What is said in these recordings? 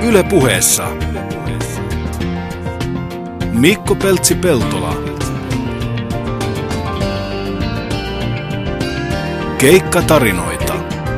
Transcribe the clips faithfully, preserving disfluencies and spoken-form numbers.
Yle Puheessa Mikko Peltsi-Peltola. Keikkatarinoita.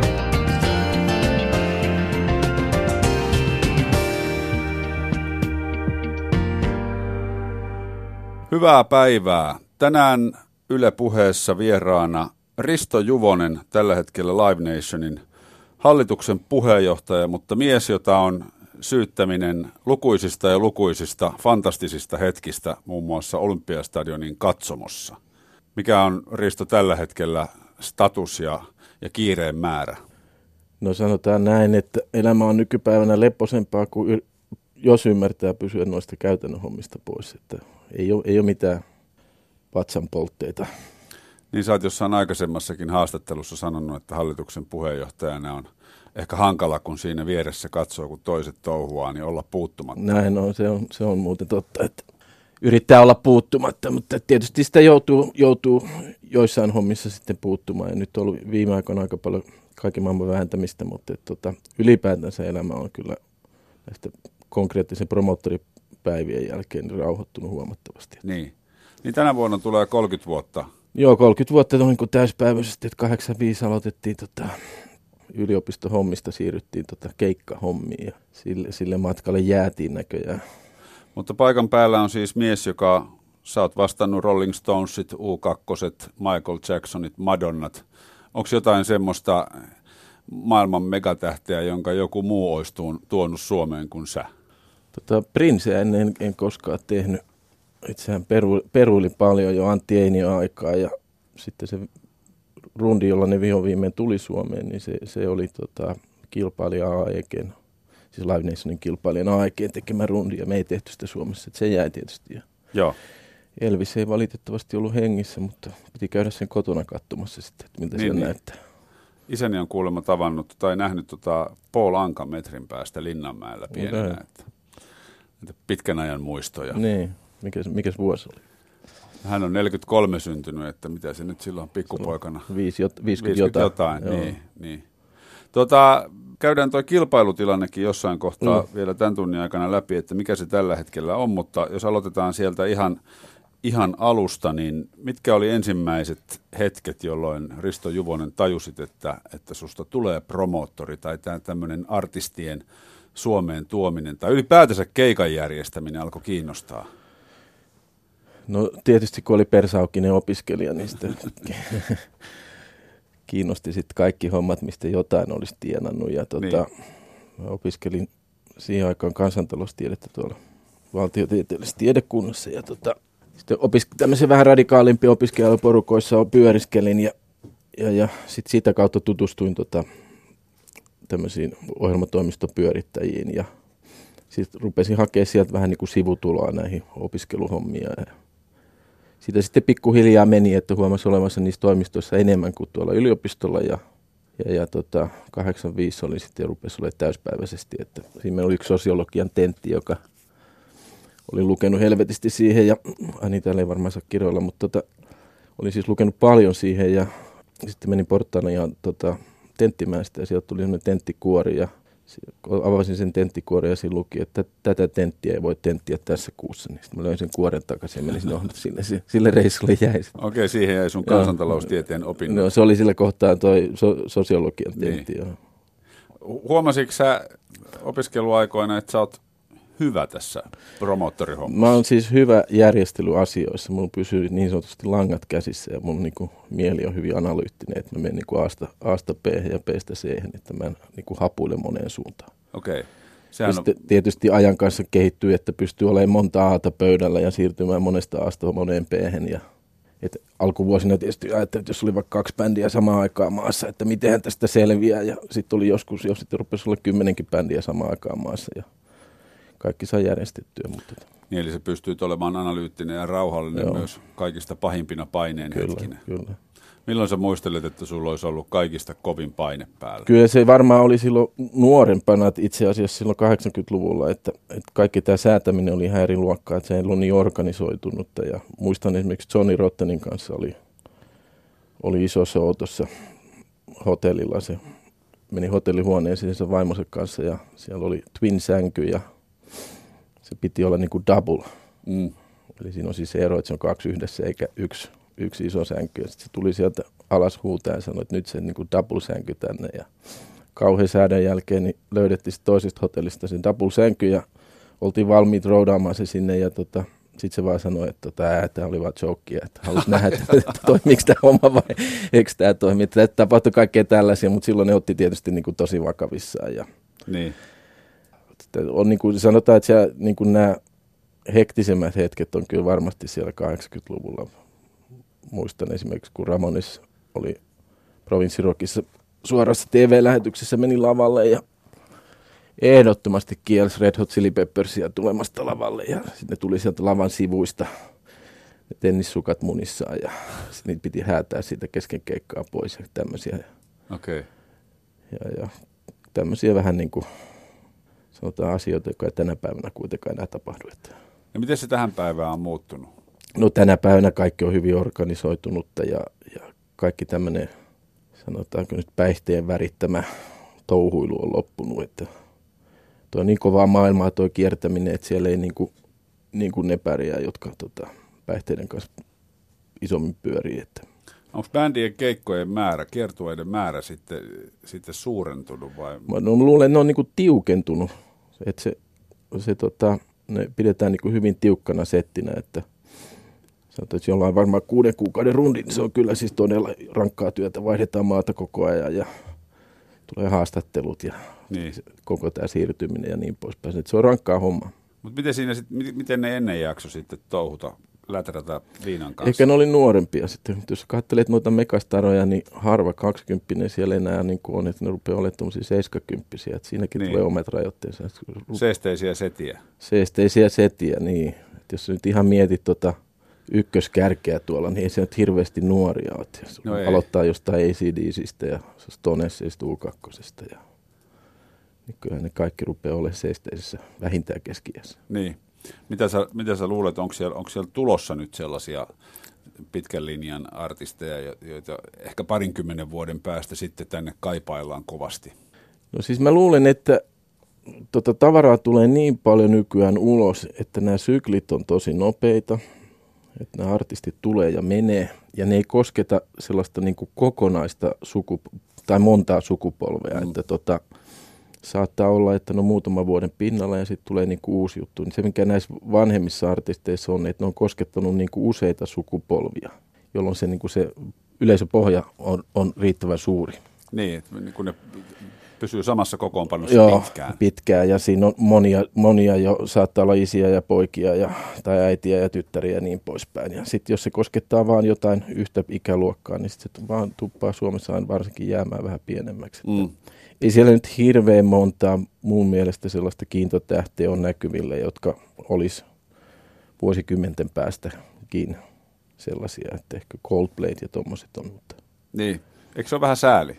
Hyvää päivää. Tänään Yle Puheessa vieraana Risto Juvonen, tällä hetkellä Live Nationin hallituksen puheenjohtaja, mutta mies, jota on syyttäminen lukuisista ja lukuisista fantastisista hetkistä, muun muassa Olympiastadionin katsomossa. Mikä on, Risto, tällä hetkellä status ja, ja kiireen määrä? No sanotaan näin, että elämä on nykypäivänä lepposempaa kuin jos ymmärtää pysyä noista käytännön hommista pois. Että ei ole, ei ole mitään vatsanpoltteita. Niin sä oot jossain aikaisemmassakin haastattelussa sanonut, että hallituksen puheenjohtajana on ehkä hankala, kun siinä vieressä katsoo, kun toiset touhuaa, niin olla puuttumatta. Näin on, se on, se on muuten totta, että yrittää olla puuttumatta, mutta tietysti sitä joutuu, joutuu joissain hommissa sitten puuttumaan. Ja nyt on ollut viime aikoina aika paljon kaiken maailman vääntämistä, mutta että, tota, ylipäätänsä elämä on kyllä näistä konkreettisen promoottoripäivien jälkeen rauhoittunut huomattavasti. Niin. Niin tänä vuonna tulee kolmekymmentä vuotta. Joo, kolmekymmentä vuotta niin kuin täyspäiväisesti, että kahdeksankymmentäviisi aloitettiin tota, yliopistohommista, siirryttiin tota, keikkahommiin ja sille, sille matkalle jäätiin näköjään. Mutta paikan päällä on siis mies, joka sä oot vastannut Rolling Stonesit, U kaksi, Michael Jacksonit, Madonnat. Onko jotain semmoista maailman megatähteä, jonka joku muu olisi tuonut Suomeen kuin sä? Tota, Princeä en, en, en koskaan tehnyt. Itsehän peru, peruili paljon jo Antti Einiön aikaa ja sitten se rundi, jolla ne viho viimein tuli Suomeen, niin se, se oli tota, kilpailija A E G:n, siis Live Nationin kilpailijan A E G:n tekemä rundi ja me ei tehty sitä Suomessa, että se jäi tietysti. Ja Joo. Elvis ei valitettavasti ollut hengissä, mutta piti käydä sen kotona katsomassa sitten, että miltä niin, se niin. näyttää. Isäni on kuulemma tavannut tai nähnyt tota Paul Ankan metrin päästä Linnanmäellä pienenä, no, että, että pitkän ajan muistoja. Niin. Mikäs, mikäs vuosi oli? Hän on neljäkymmentäkolme syntynyt, että mitä se nyt silloin pikkupoikana? viisikymmentä, viisikymmentä jotain. jotain. Niin, niin. Tota, käydään tuo kilpailutilannekin jossain kohtaa mm. vielä tämän tunnin aikana läpi, että mikä se tällä hetkellä on, mutta jos aloitetaan sieltä ihan, ihan alusta, niin mitkä oli ensimmäiset hetket, jolloin Risto Juvonen tajusit, että, että susta tulee promoottori tai tämmöinen artistien Suomeen tuominen tai ylipäätänsä keikan järjestäminen alkoi kiinnostaa? No tietysti kun oli persaukkinen opiskelija, niin sitten kiinnosti sitten kaikki hommat, mistä jotain olisi tienannut. Ja tota, niin. Opiskelin siihen aikaan kansantaloustiedettä tuolla valtiotieteellisessä tiedekunnassa. Ja tota, sitten opisk- tämmöisen vähän radikaalimpi opiskelijaporukoissa pyöriskelin ja, ja, ja sitten sitä kautta tutustuin tota, tämmöisiin ohjelmatoimistopyörittäjiin. Ja sitten rupesin hakemaan sieltä vähän niin kuin sivutuloa näihin opiskeluhommia. Ja siitä sitten pikkuhiljaa meni, että huomasi olevansa niissä toimistoissa enemmän kuin tuolla yliopistolla. Ja, ja, ja tota, kahdeksankymmentäviisi oli sitten ja rupesi olemaan täyspäiväisesti. Että siinä oli yksi sosiologian tentti, joka oli lukenut helvetisti siihen. Ja Ani täällä ei varmaan saa kirjoilla, mutta tota, olin siis lukenut paljon siihen. Ja sitten menin portaana ja tota, tenttimäistä ja sieltä tuli sellainen tenttikuori. Ja avasin sen tenttikuoren ja siinä luki, että tätä tenttiä ei voi tenttiä tässä kuussa. Niin sitten mä löin sen kuoren takaisin ja menin sinne sille, sille reissulle jäi. Okei, okay, siihen jäi sun kansantaloustieteen opinnot. No, se oli sillä kohtaa toi so, sosiologian tentti. Niin. Huomasitko sä opiskeluaikoina, että sä oot hyvä tässä promoottorihommassa? Mä oon siis hyvä järjestelyasioissa. Mulla pysyy niin sanotusti langat käsissä ja mun niinku mieli on hyvin analyyttinen, että mä menen niinku Asta, Asta P ja P:stä C, että mä en niinku hapuile moneen suuntaan. Okei. Okay. On... Tietysti ajan kanssa kehittyy, että pystyy olemaan monta A:ta pöydällä ja siirtymään monesta Asta moneen P:hen. Ja et alkuvuosina tietysti ajattelin, että jos oli vaikka kaksi bändiä samaan aikaan maassa, että miten tästä selviää. Ja sitten oli joskus, jos sitten rupesi olla kymmenenkin bändiä samaan aikaan maassa ja kaikki saa järjestettyä. Mutta... Niin, eli sä pystyt olemaan analyyttinen ja rauhallinen Joo. myös kaikista pahimpina paineen kyllä, hetkinä. Kyllä. Milloin sä muistelet, että sulla olisi ollut kaikista kovin paine päällä? Kyllä se varmaan oli silloin nuorempana, itse asiassa silloin kahdeksankymmentäluvulla, että, että kaikki tämä säätäminen oli ihan eri luokkaa, että se ei ollut niin organisoitunutta. Ja muistan esimerkiksi Johnny Rottenin kanssa oli, oli iso show tuossa hotellilla se meni hotellihuoneeseen sen vaimonsa kanssa ja siellä oli twin-sänky ja se piti olla niin kuin double. Mm. Eli siinä on siis se ero, että se on kaksi yhdessä eikä yksi, yksi iso sänky. Ja sitten se tuli sieltä alas huutaa ja sanoi, että nyt se niin kuin double-sänky tänne. Ja kauhean säädön jälkeen niin löydettiin toisesta hotellista se double-sänky ja oltiin valmiit roudaamaan se sinne. Ja tota, sitten se vaan sanoi, että tämä tota, oli vaan jokia, että halusi nähdä, että, että toimiiko tämä homma vai eikö tämä toimi. Että tapahtui kaikkea tällaisia, mutta silloin ne otti tietysti niin kuin tosi vakavissaan. Ja niin. On niin kuin sanotaan, että siellä, niin kuin nämä hektisemmät hetket on kyllä varmasti siellä kahdeksankymmentäluvulla. Muistan esimerkiksi, kun Ramones oli Provinssirokissa suorassa T V-lähetyksessä, meni lavalle ja ehdottomasti kielsi Red Hot Chili Peppersia tulemasta lavalle. Ja sitten ne tuli sieltä lavan sivuista, ne tennissukat munissaan ja sitten niitä piti häätää siitä kesken keikkaa pois ja tämmöisiä. Okei. Okay. Ja, ja tämmöisiä vähän niin kuin sanotaan asioita, jotka ei tänä päivänä kuitenkaan enää tapahdu. Että. Ja miten se tähän päivään on muuttunut? No tänä päivänä kaikki on hyvin organisoitunutta ja, ja kaikki tämmöinen, sanotaanko nyt päihteen värittämä touhuilu on loppunut. Että tuo on niin kovaa maailmaa tuo kiertäminen, että siellä ei niin kuin, niin kuin ne pärjää, jotka tota, päihteiden kanssa isommin pyörii. Että. Onko bändien keikkojen määrä, kiertueiden määrä sitten, sitten suurentunut vai? Mä no, luulen, että ne on niin kuin tiukentunut. Että se, se, tota, ne pidetään niin kuin hyvin tiukkana settinä, että sanotaan, että jollain varmaan kuuden kuukauden rundi, niin se on kyllä siis todella rankkaa työtä. Vaihdetaan maata koko ajan ja tulee haastattelut ja niin. Koko tämä siirtyminen ja niin poispäin. Että se on rankkaa homma. Mutta miten, siinä sit, miten ne ennen jakso sitten touhuta, läträtä viinan kanssa? Ehkä ne oli nuorempia sitten. Jos katselet noita megastaroja, niin harva kaksikymppinen siellä enää niin kuin on, että ne rupeaa olemaan tuollaisia seitsemänkymppisiä. Että siinäkin niin. Tulee omat rajoitteensa. Seesteisiä setiä. Seesteisiä setiä, niin. Että jos nyt ihan mietit tota ykköskärkeä tuolla, niin ei se nyt hirveästi nuoria ole. No aloittaa jostain A C D C:stä ja Stonesista, U kaksi. Ja niin kyllähän ne kaikki rupeaa olemaan seesteisissä vähintään keski-iässä. Niin. Mitä sä, mitä sä luulet, onko siellä, onko siellä tulossa nyt sellaisia pitkän linjan artisteja, joita ehkä parinkymmenen vuoden päästä sitten tänne kaipaillaan kovasti? No siis mä luulen, että tota tavaraa tulee niin paljon nykyään ulos, että nämä syklit on tosi nopeita, että nämä artistit tulee ja menee, ja ne ei kosketa sellaista niin kuin kokonaista sukup- tai montaa sukupolvea, mm. että tota, saattaa olla, että ne on muutaman vuoden pinnalla ja sitten tulee niinku uusi juttu. Niin se, mikä näissä vanhemmissa artisteissa on, että ne on koskettanut niinku useita sukupolvia, jolloin se, niinku se yleisöpohja on, on riittävän suuri. Niin, kun ne pysyy samassa kokoonpanossa Joo, pitkään. pitkään, ja siinä on monia, monia jo, saattaa olla isiä ja poikia ja, tai äitiä ja tyttäriä ja niin poispäin. Ja sitten jos se koskettaa vaan jotain yhtä ikäluokkaa, niin sitten se vaan tuppaa Suomessa aina varsinkin jäämään vähän pienemmäksi. Mm. Ei siellä nyt hirveän montaa mun mielestä sellaista kiintotähteä on näkyvillä, jotka olisi vuosikymmenten päästäkin sellaisia, että ehkä Coldplay ja tommoset on. Mutta. Niin, eikö se ole vähän sääli?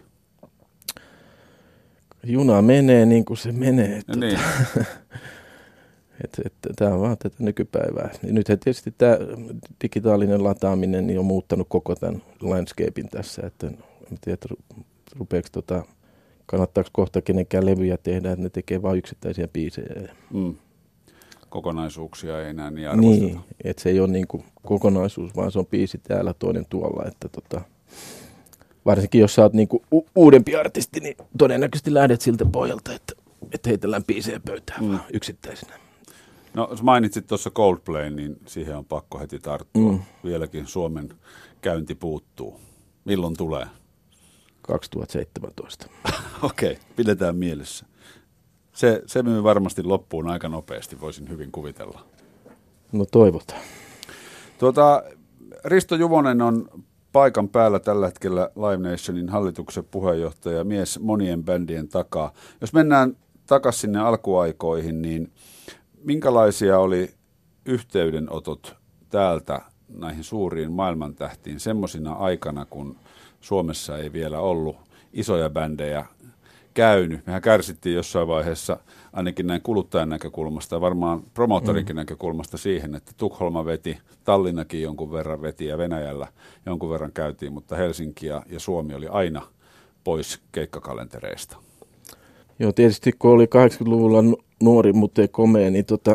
Juna menee niin kuin se menee. Että no niin. että, että tämä on vaan tätä nykypäivää. Ja nythän tietysti tämä digitaalinen lataaminen niin on muuttanut koko tämän landscapein tässä, että en tiedä, rupeeko tota kannattaako kohta kenenkään levyjä tehdä, että ne tekee vain yksittäisiä biisejä. Mm. Kokonaisuuksia ei enää niin arvosteta. Niin, että se ei ole niin kuin kokonaisuus, vaan se on biisi täällä, toinen tuolla. Että tota, varsinkin jos sä oot niin kuin u- uudempi artisti, niin todennäköisesti lähdet siltä pohjalta, että, että heitellään biisejä pöytään mm. vaan yksittäisenä. No, jos mainitsit tuossa Coldplay, niin siihen on pakko heti tarttua. Mm. Vieläkin Suomen käynti puuttuu. Milloin tulee? kaksituhattaseitsemäntoista. Okei, okay, pidetään mielessä. Se, se myy varmasti loppuun aika nopeasti, voisin hyvin kuvitella. No toivotaan. Tuota, Risto Juvonen on paikan päällä tällä hetkellä Live Nationin hallituksen puheenjohtaja, mies monien bändien takaa. Jos mennään takaisin sinne alkuaikoihin, niin minkälaisia oli yhteydenotot täältä näihin suuriin maailmantähtiin semmoisina aikana, kun Suomessa ei vielä ollut isoja bändejä käynyt. Mehän kärsittiin jossain vaiheessa ainakin näin kuluttajan näkökulmasta ja varmaan promoottorinkin mm. näkökulmasta siihen, että Tukholma veti, Tallinnakin jonkun verran veti ja Venäjällä jonkun verran käytiin, mutta Helsinki ja, ja Suomi oli aina pois keikkakalentereista? Joo, tietysti kun oli kahdeksankymmentäluvulla nuori, mutta ei komea, niin, tota,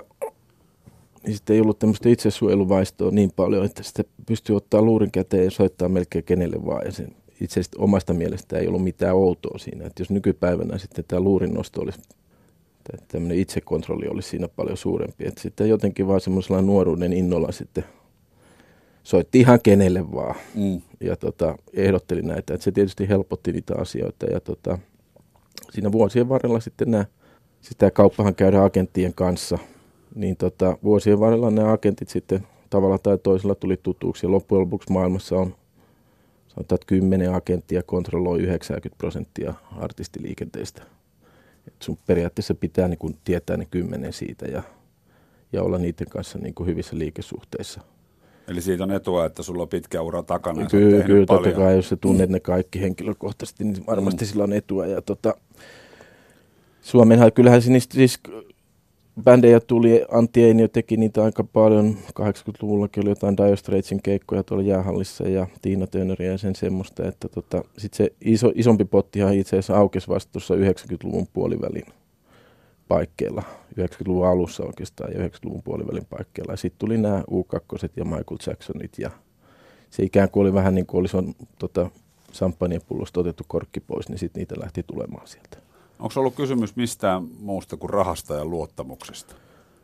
niin sitten ei ollut tämmöistä itsesuojeluvaistoa niin paljon, että sitä pystyy ottaa luurin käteen ja soittaa melkein kenelle vaan. Ja sen itse asiassa omasta mielestä ei ollut mitään outoa siinä. Että jos nykypäivänä sitten tämä luurin nosto olisi, tämmöinen itsekontrolli olisi siinä paljon suurempi. Että sitten jotenkin vaan semmoisella nuoruuden innolla sitten soitti ihan kenelle vaan. Mm. Ja tota, ehdotteli näitä. Että se tietysti helpotti niitä asioita. Ja tota, siinä vuosien varrella sitten nämä, sitä kauppahan käydään agenttien kanssa, niin tota, vuosien varrella nämä agentit sitten tavalla tai toisella tuli tutuksi. Ja loppujen lopuksi maailmassa on, sanotaan, että kymmenen agenttia kontrolloi yhdeksänkymmentä prosenttia artistiliikenteestä. Et sun periaatteessa pitää niin kun tietää ne kymmenen siitä ja, ja olla niiden kanssa niin kun hyvissä liikesuhteissa. Eli siitä on etua, että sulla on pitkä ura takana ja Kyllä, kyllä totta kai, jos sä tunnet ne kaikki henkilökohtaisesti, niin varmasti mm. sillä on etua. Ja tota, Suomenhan, kyllähän niistä siis bändejä tuli, Antti Einio teki niitä aika paljon, kahdeksankymmentäluvullakin oli jotain Dire Straitsin keikkoja tuolla jäähallissa ja Tiina Tönöriä ja sen semmoista, että tota, sit se iso, isompi pottihan itse asiassa aukesi vasta tuossa yhdeksänkymmentäluvun puolivälin paikkeilla, yhdeksänkymmentäluvun alussa oikeastaan ja yhdeksänkymmentäluvun puolivälin paikkeilla. Ja sitten tuli nämä U kaksi ja Michael Jacksonit ja se ikään kuin oli vähän niin kuin olisi on tota, samppanjapullosta otettu korkki pois, niin sitten niitä lähti tulemaan sieltä. Onko ollut kysymys mistään muusta kuin rahasta ja luottamuksesta?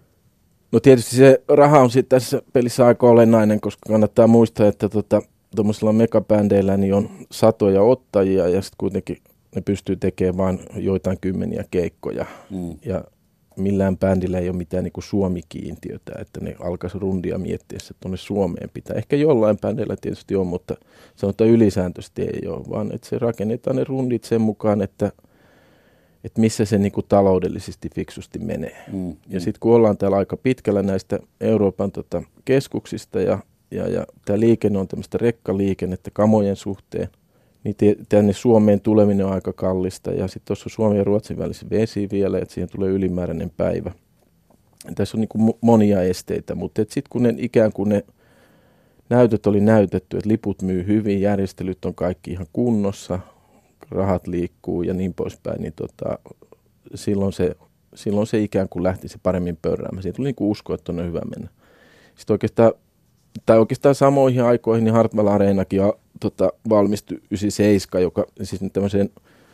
No tietysti se raha on sitten tässä pelissä aika olennainen, koska kannattaa muistaa, että tuommoisilla tota, megabändeillä niin on satoja ottajia ja sitten kuitenkin ne pystyy tekemään vain joitain kymmeniä keikkoja. Mm. Ja millään bändillä ei ole mitään niin kuin Suomi-kiintiötä, että ne alkaisi rundia miettiessä, että tuonne Suomeen pitää. Ehkä jollain bändillä tietysti on, mutta sanotaan ylisääntöisesti ei ole, vaan että se rakennetaan ne rundit sen mukaan, että että missä se niinku taloudellisesti fiksusti menee. Mm, ja mm. sitten kun ollaan täällä aika pitkällä näistä Euroopan tota, keskuksista ja, ja, ja tämä liikenne on tämmöistä rekkaliikennettä kamojen suhteen, niin t- tänne Suomeen tuleminen on aika kallista. Ja sitten tuossa on Suomen ja Ruotsin välissä vesi vielä, että siihen tulee ylimääräinen päivä. Ja tässä on niinku monia esteitä, mutta sitten kun ne ikään kuin ne näytöt oli näytetty, että liput myy hyvin, järjestelyt on kaikki ihan kunnossa, rahat liikkuu ja niin poispäin, niin tota, silloin, se, silloin se ikään kuin lähti se paremmin pörräämään. Siitä tuli niin kuin usko, että on hyvä mennä. Sitten oikeastaan, tai oikeastaan samoihin aikoihin niin Hartwall Areenakin tota, valmistui yhdeksänkymmentäseitsemän, joka siis nyt tämmöiseen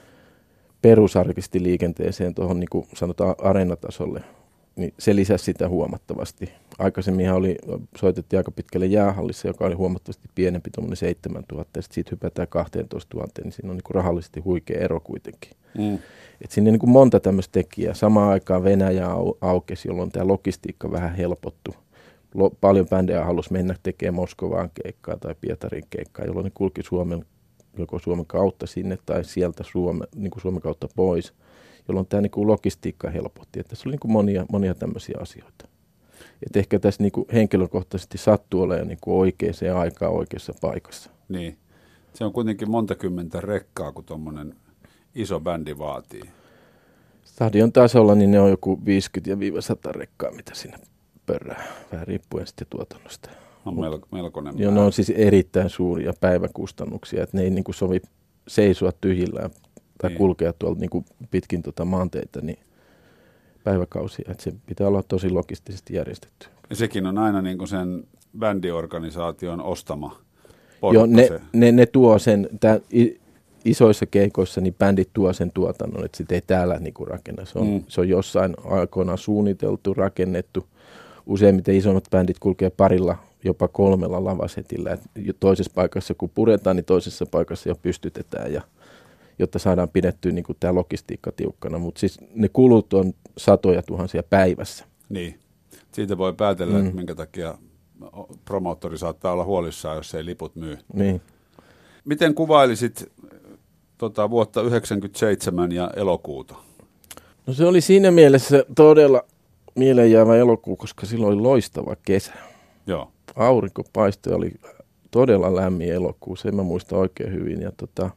perusarkistiliikenteeseen tuohon niin kuin sanotaan areenatasolle, niin se lisäsi sitä huomattavasti. Aikaisemminhan oli, soitettiin aika pitkälle jäähallissa, joka oli huomattavasti pienempi, tuommoinen seitsemäntuhatta, ja sitten siitä hypätään kaksitoistatuhatta, niin siinä on niin kuin rahallisesti huikea ero kuitenkin. Mm. Et sinne niin kuin monta tämmöistä tekijää. Samaan aikaan Venäjä au- aukesi, jolloin tämä logistiikka vähän helpottu. Lo- paljon bändejä halusi mennä tekemään Moskovaan keikkaa tai Pietarin keikkaa, jolloin ne kulki Suomen, joko Suomen kautta sinne tai sieltä Suome, niin kuin Suomen kautta pois, jolloin tämä niin kuin logistiikka helpotti. Et tässä oli niin kuin monia, monia tämmöisiä asioita. Et ehkä tässä niin kuin henkilökohtaisesti sattuu olemaan niin kuin oikeaan aikaan oikeassa paikassa. Niin. Se on kuitenkin monta kymmentä rekkaa, kun tuommoinen iso bändi vaatii. Stadion tasolla niin ne on joku viisikymmentä sata rekkaa, mitä siinä pörrää. Vähän riippuen sitten tuotannosta. No melko, melkoinen. Joo, ne on siis erittäin suuria päiväkustannuksia, että ne ei niin kuin sovi seisoa tyhjillään tai niin. kulkea tuolta niin kuin pitkin tuota maanteita, niin päiväkausia, että se pitää olla tosi logistisesti järjestetty. Ja sekin on aina niin kuin sen bändiorganisaation ostama porukka. Joo, ne, se. ne, ne tuo sen, tää, isoissa keikoissa niin bändit tuo sen tuotannon, että sitä ei täällä niin kuin rakenna. Se on, mm. se on jossain aikoinaan suunniteltu, rakennettu. Useimmiten isommat bändit kulkee parilla, jopa kolmella lavasetillä. Et toisessa paikassa kun puretaan, niin toisessa paikassa jo pystytetään, ja, jotta saadaan pidettyä niin kuin tämä logistiikka tiukkana. Mutta siis ne kulut on satoja tuhansia päivässä. Niin. Siitä voi päätellä, mm. että minkä takia promoottori saattaa olla huolissaan, jos ei liput myy. Niin. Miten kuvailisit tota, vuotta yhdeksänkymmentäseitsemän ja elokuuta? No se oli siinä mielessä todella mieleenjäävä elokuu, koska silloin oli loistava kesä. Joo. Aurinko paistoi, oli todella lämmin elokuu, sen mä muistan oikein hyvin. Ja tota,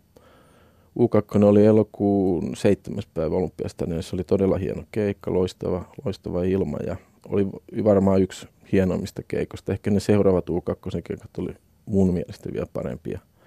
U kaksi oli elokuun seitsemäs päivä Olympiastadionissa, se oli todella hieno keikka, loistava, loistava ilma ja oli varmaan yksi hienoimmista keikosta. Ehkä ne seuraavat U kaksi keikat oli mun mielestä vielä parempia.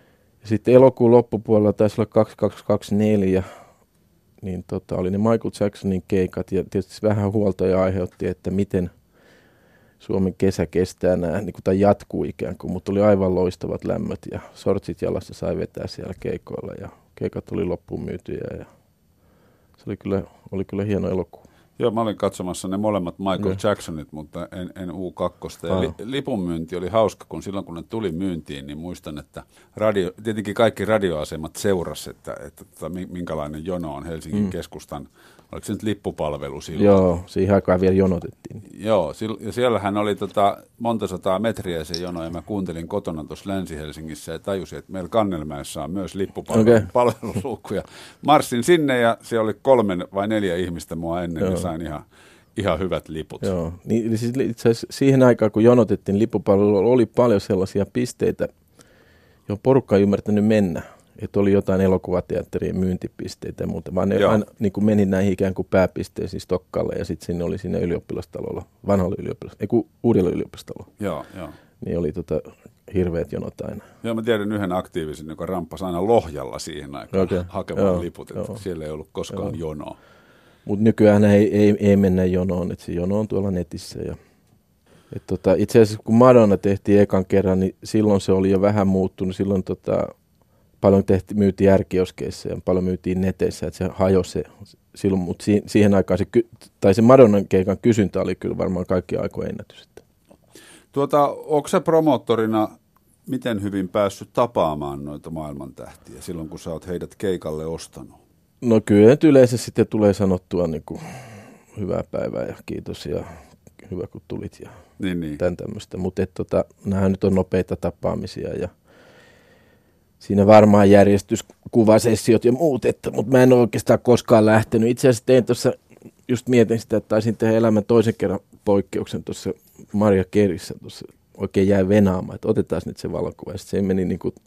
Ja sitten elokuun loppupuolella taisi olla kaksituhattakaksikymmentäneljä, niin tota, oli ne Michael Jacksonin keikat ja tietysti vähän huoltoja aiheutti, että miten Suomen kesä kestää nämä, niin kuin, tai jatkuu ikään kuin, mutta oli aivan loistavat lämmöt ja sortsit jalassa sai vetää siellä keikoilla ja keikat oli loppuun myytyjä ja se oli kyllä, oli kyllä hieno elokuva. Joo, mä olin katsomassa ne molemmat Michael no. Jacksonit, mutta en, en U kaksi. Ja li, lipunmyynti oli hauska, kun silloin kun ne tuli myyntiin, niin muistan, että radio, tietenkin kaikki radioasemat seurasi, että, että, että minkälainen jono on Helsingin mm. keskustan. Oliko se nyt lippupalvelu silloin? Joo, siihen aikaan vielä jonotettiin. Joo, ja siellähän oli tota monta sataa metriä se jono, ja mä kuuntelin kotona tuossa Länsi-Helsingissä ja tajusin, että meillä Kannelmäessä on myös lippupalvelusulkuja. Okay. Marssin sinne ja se oli kolmen vai neljä ihmistä mua ennen, ja sain ihan, ihan hyvät liput. Joo, niin, siis itse asiassa siihen aikaan, kun jonotettiin lippupalvelulla, oli paljon sellaisia pisteitä, johon porukka ei ymmärtänyt mennä. Että oli jotain elokuvateatterien myyntipisteitä ja muuta, vaan ne aina niin kuin meni näihin ikään kuin pääpisteisiin Stokkalle ja sitten sinne oli siinä ylioppilastalolla, vanhalla ylioppilastalolla, ei kun uudella ylioppilastalolla. Joo, joo. Niin oli tota hirveät jonot aina. Joo, mä tiedän yhden aktiivisen, joka ramppasi aina Lohjalla siihen aikaan okay. hakemaan joo, liput, että joo. siellä ei ollut koskaan joo. jonoa. Mutta nykyään ei, ei, ei mennä jonoon, että se jono on tuolla netissä. Ja, et tota, itse asiassa kun Madonna tehtiin ekan kerran, niin silloin se oli jo vähän muuttunut, silloin tota, paljon tehti, myytiin järkioskeissa ja paljon myytiin neteissä, että se hajosi se silloin, mutta si, siihen aikaan se, tai se Madonnan keikan kysyntä oli kyllä varmaan kaikki aikojen ennätys. Tuota, onko sä promoottorina miten hyvin päässyt tapaamaan noita maailmantähtiä silloin, kun sä oot heidät keikalle ostanut? No kyllä, yleensä sitten tulee sanottua niin kuin, hyvää päivää ja kiitos ja hyvä kun tulit ja niin, niin. tämän tämmöistä, mutta tota, nämä nyt on nopeita tapaamisia ja siinä varmaan järjestyskuvasessiot ja muut, että, mutta mä en ole oikeastaan koskaan lähtenyt. Itse asiassa tein tuossa, just mietin sitä, että taisin tehdä elämän toisen kerran poikkeuksen tuossa Maria Kerissä, tuossa oikein jäi venaamaan, että otetaan nyt se valokuva. Ja se meni niin kuin,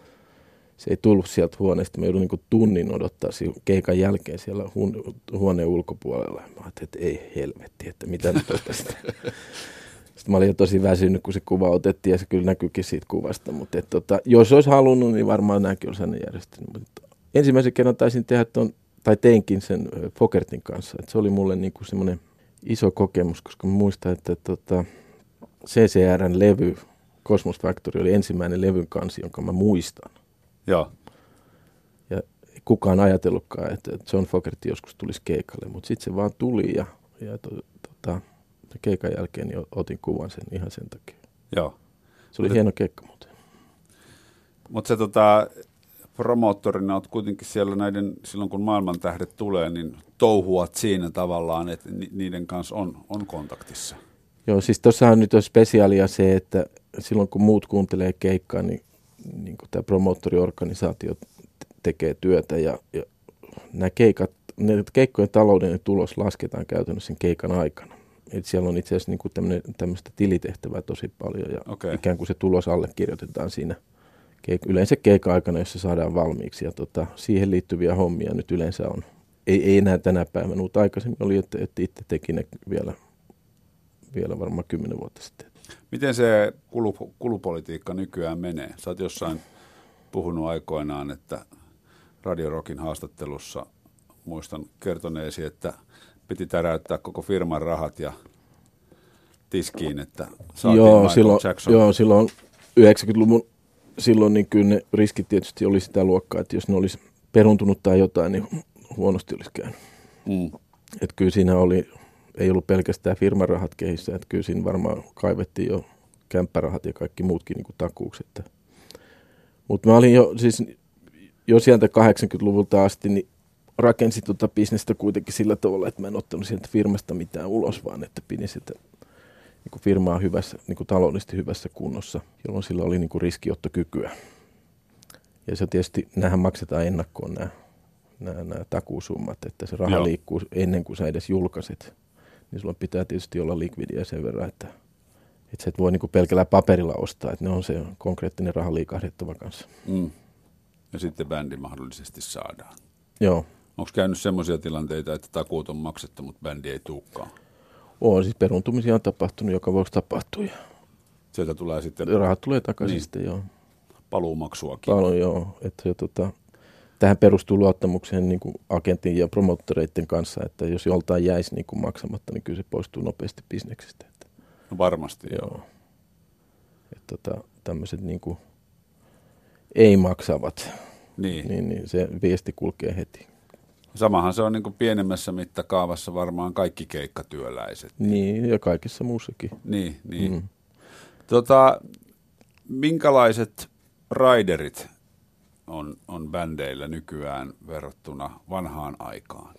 se ei tullut sieltä huoneesta, mä joudun niin kuin tunnin odottaa keikan jälkeen siellä huone, huoneen ulkopuolella. Mä ajattelin, että ei helvetti, että mitä nyt on tästä. Sitten mä olin jo tosi väsynyt, kun se kuva otettiin ja se kyllä näkyykin siitä kuvasta. Mutta et, tota, jos olisi halunnut, niin varmaan nämäkin olisi aina järjestänyt. Mutta ensimmäisen kerran taisin tehdä ton, tai teinkin sen Fogertin kanssa. Et se oli mulle niinku semmoinen iso kokemus, koska mä muistan, että tota, C C R:n levy, Cosmos Factory, oli ensimmäinen levyn kansi, jonka mä muistan. Joo. Ja kukaan ajatellutkaan, että John Fogerty joskus tulisi keikalle, mutta sitten se vaan tuli ja, ja to, tota, keikan jälkeen niin otin kuvan sen ihan sen takia. Joo. Se oli Mut, hieno keikka muuten. Mutta se tota, promoottorina olet kuitenkin siellä näiden, silloin kun maailmantähdet tulee, niin touhuat siinä tavallaan, että ni, niiden kanssa on, on kontaktissa. Joo, siis tuossahan nyt on spesiaalia se, että silloin kun muut kuuntelee keikkaa, niin, niin kuin tämä promoottoriorganisaatio tekee työtä ja, ja nämä keikat, ne keikkojen taloudellinen tulos lasketaan käytännössä sen keikan aikana. Et siellä on itse asiassa niinku tämmöistä tilitehtävää tosi paljon ja okay. ikään kuin se tulos allekirjoitetaan siinä keik- yleensä keikan aikana, jossa saadaan valmiiksi. Ja tota, siihen liittyviä hommia nyt yleensä on. Ei, ei enää tänä päivänä, mutta aikaisemmin oli, että, että itse teki ne vielä, vielä varmaan kymmenen vuotta sitten. Miten se kulu, kulupolitiikka nykyään menee? Sä oot jossain puhunut aikoinaan, että Radio Rockin haastattelussa muistan kertoneesi, että piti täräyttää koko firman rahat ja tiskiin, että saatiin joo, Michael silloin, Jackson. Joo, silloin yhdeksänkymmentäluvun silloin niin kyllä ne riskit tietysti oli sitä luokkaa, että jos ne olisi peruntunut tai jotain, niin huonosti olisi käynyt. Mm. Että kyllä siinä oli, ei ollut pelkästään firman rahat kehissä, että kyllä siinä varmaan kaivettiin jo kämppärahat ja kaikki muutkin niin kuin takuukset. Mutta mä olin jo, siis jo sieltä kahdeksankymmentäluvulta asti, niin rakensin tuota bisnestä kuitenkin sillä tavalla, että mä en ottanut sieltä firmasta mitään ulos, vaan että pidin sitä niin kuin firmaa hyvässä, niin kuin taloudellisesti hyvässä kunnossa, jolloin sillä oli niin kuin riskiottokykyä. Ja se tietysti, näähän maksetaan ennakkoon nämä, nämä, nämä takuusummat, että se raha Joo. liikkuu ennen kuin sä edes julkaiset. Niin sulla pitää tietysti olla likvidiä sen verran, että, että sä et voi niin kuin pelkällä paperilla ostaa, että ne on se konkreettinen raha liikahdettava kanssa. Mm. Ja sitten bändi mahdollisesti saadaan. Joo. Onko käynyt semmoisia tilanteita, että takuut on maksettu, mutta bändi ei tulekaan? On, siis peruntumisia on tapahtunut, joka vuosi tapahtuu. Sieltä tulee sitten... Rahat tulee takaisin niin. sitten, joo. paluumaksuakin. Paljon, joo. Että se, tota, tähän perustuu luottamukseen niin kuin agentin ja promottoreiden kanssa, että jos joltain jäisi niin kuin maksamatta, niin kyllä se poistuu nopeasti bisneksestä. Että, No varmasti, joo. joo. Että tota, tämmöiset niin kuin ei-maksavat, Niin. niin, niin se viesti kulkee heti. Samahan se on niin kuin pienemmässä mittakaavassa varmaan kaikki keikkatyöläiset. Niin, ja kaikessa muussakin. Niin, niin. Mm. Tota, minkälaiset raiderit on, on bändeillä nykyään verrattuna vanhaan aikaan?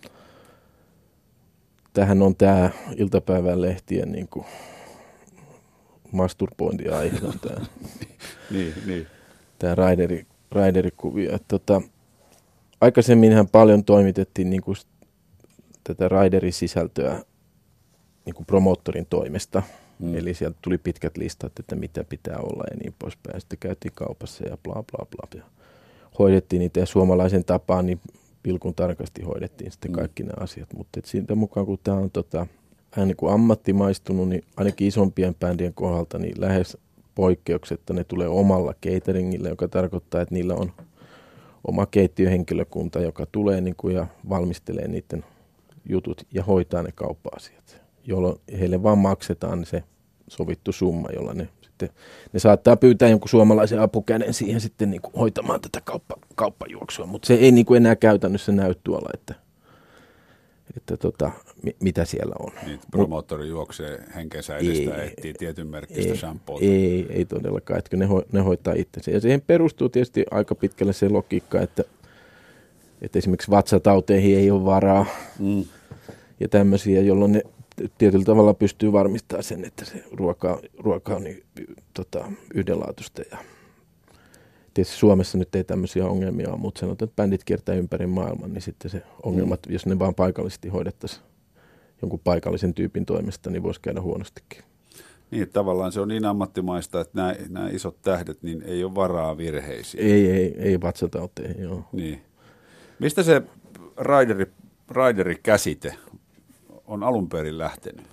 Tähän on tämä iltapäivän lehtien niin kuin masturbointiaihe, tämä, niin, niin. tämä raideri, raiderikuvio. Tota, aikaisemminhan paljon toimitettiin niin kuin tätä raiderisisältöä niin kuin promoottorin toimesta. Mm. Eli sieltä tuli pitkät listat, että mitä pitää olla ja niin poispäin. Sitten käytiin kaupassa ja bla bla bla. Ja hoidettiin niitä ja suomalaisen tapaan, niin pilkun tarkasti hoidettiin sitten kaikki mm. nämä asiat. Mutta siitä mukaan, kun tämä on tota, vähän niin kuin ammattimaistunut, niin ainakin isompien bändien kohdalta niin lähes poikkeuksetta ne tulee omalla cateringillä, joka tarkoittaa, että niillä on oma keittiöhenkilökunta, joka tulee niin kuin ja valmistelee niiden jutut ja hoitaa ne kauppa-asiat, jolloin heille vaan maksetaan se sovittu summa, jolla ne sitten, ne saattaa pyytää jonkun suomalaisen apukäden siihen sitten niin kuin hoitamaan tätä kauppa, kauppajuoksua, mutta se ei niin kuin enää käytännössä näy tuolla, että, että tota, mi, mitä siellä on. Niin, promoottori juoksee henkensä edestä ja etsii tietyn merkkistä shampoota. Ei, ei todellakaan, että ne, ho, ne hoitaa itsensä. Ja siihen perustuu tietysti aika pitkälle se logiikka, että, että esimerkiksi vatsatauteihin ei ole varaa mm. ja tämmöisiä, jolloin ne tietyllä tavalla pystyy varmistamaan sen, että se ruoka, ruoka on niin, tota, yhdenlaatuista. Ja tietysti Suomessa nyt ei tämmöisiä ongelmia ole, mutta sanotaan, että bändit kiertää ympäri maailman, niin sitten se ongelmat, mm. jos ne vaan paikallisesti hoidettaisiin jonkun paikallisen tyypin toimesta, niin voisi käydä huonostikin. Niin, tavallaan se on niin ammattimaista, että nämä, nämä isot tähdet, niin ei ole varaa virheisiin. Ei, ei, ei vatsatauteihin, joo. Niin. Mistä se raideri, raiderikäsite on alun perin lähtenyt?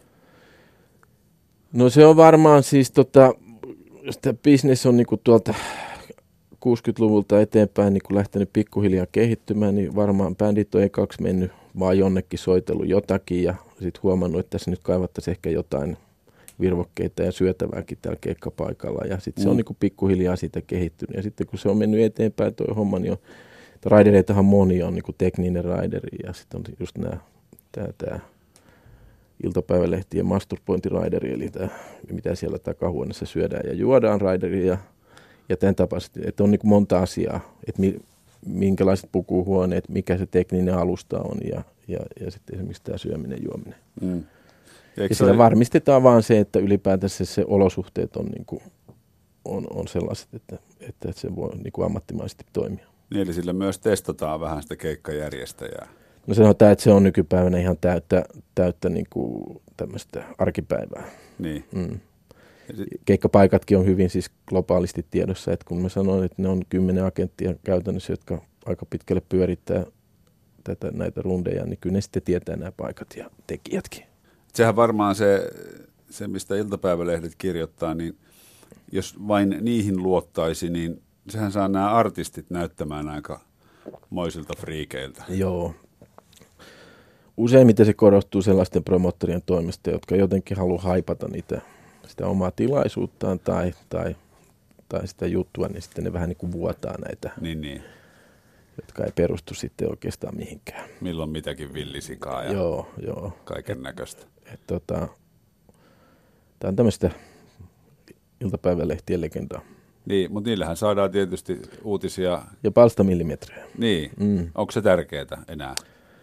No se on varmaan siis, tota, jos tämä business on niinku tuolta kuusikymmentäluvulta eteenpäin niinku lähtenyt pikkuhiljaa kehittymään, niin varmaan bändit on ekaksi mennyt vaan jonnekin soitellut jotakin ja sitten huomannut, että tässä nyt kaivattaisiin ehkä jotain virvokkeita ja syötävääkin täällä keikkapaikalla. Ja sitten mm. se on niinku pikkuhiljaa siitä kehittynyt. Ja sitten kun se on mennyt eteenpäin tuo homma, niin on, raidereitahan moni on niinku tekninen raideri ja sitten on just nämä tämä iltapäivälehtien masturbointiraideri, eli tämä, mitä siellä takahuoneessa syödään ja juodaan raideri ja, ja tämän tapaisesti, että on niin kuin monta asiaa, että mi, minkälaiset pukuhuoneet, mikä se tekninen alusta on ja, ja, ja sitten esimerkiksi tämä syöminen, juominen. Mm. Ja, ja sillä ole... varmistetaan vaan se, että ylipäätänsä se olosuhteet on, niin kuin, on, on sellaiset, että, että se voi niin kuin ammattimaisesti toimia. Niin, eli sillä myös testataan vähän sitä keikkajärjestäjää. No sanotaan, että se on nykypäivänä ihan täyttä, täyttä niin kuin tämmöistä arkipäivää. Niin. Mm. Keikkapaikatkin on hyvin siis globaalisti tiedossa, että kun mä sanoin, että ne on kymmenen agenttia käytännössä, jotka aika pitkälle pyörittää tätä, näitä rundeja, niin kyllä ne sitten tietää nämä paikat ja tekijätkin. Sehän varmaan se, se, mistä iltapäivälehdet kirjoittaa, niin jos vain niihin luottaisi, niin sehän saa nämä artistit näyttämään aika moisilta friikeiltä. Joo. Useimmiten se korostuu sellaisten promottorien toimesta, jotka jotenkin haluaa haipata niitä, sitä omaa tilaisuuttaan tai, tai, tai sitä juttua, niin sitten ne vähän niin kuin vuotaa näitä, niin, niin. jotka ei perustu sitten oikeastaan mihinkään. Milloin mitäkin villisikaa ja joo, joo. kaiken näköistä. Tota, tämä on tämmöistä iltapäivälehtien legendaa. Niin, mutta niillähän saadaan tietysti uutisia. Ja palstamillimetrejä. Niin, mm. Onko se tärkeää enää?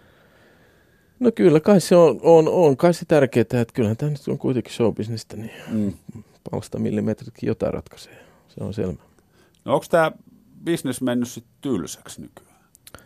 No kyllä kai se on, on, on kai se tärkeää, että kyllähän tämä nyt on kuitenkin showbusinesta, niin mm. palstamillimetritkin jotain ratkaisee, se on selvä. No onko tämä business mennyt sitten tylsäksi nykyään?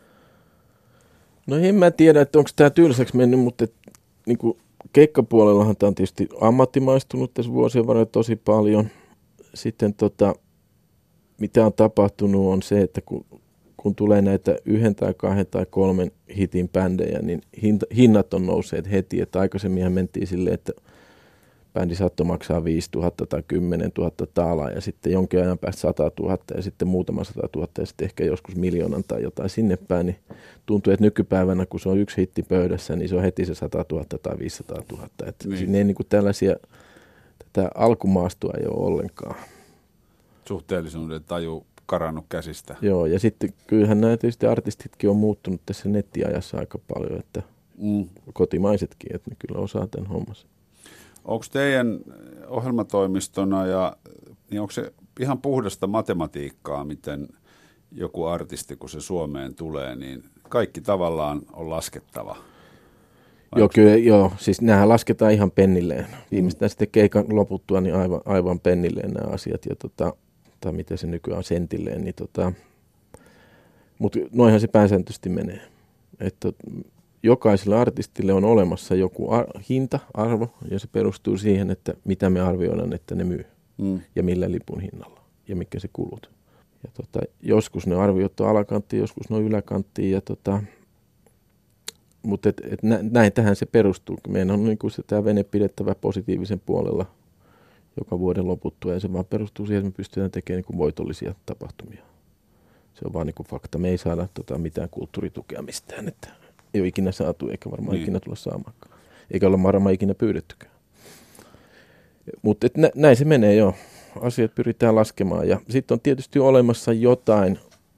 No en mä tiedä, että onko tämä tylsäksi mennyt, mutta et, niin kuin keikkapuolellahan tämä on tietysti ammattimaistunut tässä vuosien varrella tosi paljon. Sitten tota, mitä on tapahtunut on se, että kun, kun tulee näitä yhden tai kahden tai kolmen hitin bändejä, niin hinta, hinnat on nousseet heti. Että aikaisemminhan mentiin silleen, että bändi saattoi maksaa viisituhatta tai kymmenentuhatta taalaa ja sitten jonkin ajan päästä sata tuhatta ja sitten muutama sata tuhatta ja sitten ehkä joskus miljoonan tai jotain sinne päin, niin tuntuu, että nykypäivänä kun se on yksi hitti pöydässä, niin se on heti se sata tuhatta tai viisisataa tuhatta. Että niin. Siinä ei niin kuin tällaisia, tätä alkumaastoa ei ole ollenkaan. Suhteellisuuden taju karannut käsistä. Joo, ja sitten kyllähän nämä tietysti artistitkin on muuttunut tässä nettiajassa aika paljon, että mm. kotimaisetkin, että ne kyllä osaa tämän hommassa. Onko teidän ohjelmatoimistona ja niin onko se ihan puhdasta matematiikkaa, miten joku artisti, kun se Suomeen tulee, niin kaikki tavallaan on laskettava? Vai joo, kyllä, joo, siis nämähän lasketaan ihan pennilleen. Viimeistään mm. sitten keikan loputtua, niin aivan, aivan pennilleen nämä asiat, ja tota, tai miten se nykyään on sentilleen. Niin tota, mutta noinhan se pääsääntöisesti menee. Että jokaiselle artistille on olemassa joku ar- hinta, arvo, ja se perustuu siihen, että mitä me arvioidaan, että ne myy, mm. ja millä lipun hinnalla, ja mikä se kulut. Ja tota, joskus ne arviot on alakanttiin, joskus ne on yläkanttiin, ja tota, mutta et, et nä, näin tähän se perustuu. Meidän on niinku se tämä vene pidettävä positiivisen puolella joka vuoden loputtua, ja se vaan perustuu siihen, että me pystytään tekemään niinku voitollisia tapahtumia. Se on vaan niinku fakta. Me ei saada tota mitään kulttuuritukea mistään, että ei ole ikinä saatu, eikä varmaan niin. ikinä tulla saamaankaan. Eikä olla varmaan ikinä pyydettykään. Mutta nä, näin se menee jo. Asiat pyritään laskemaan. Ja sitten on tietysti olemassa jotain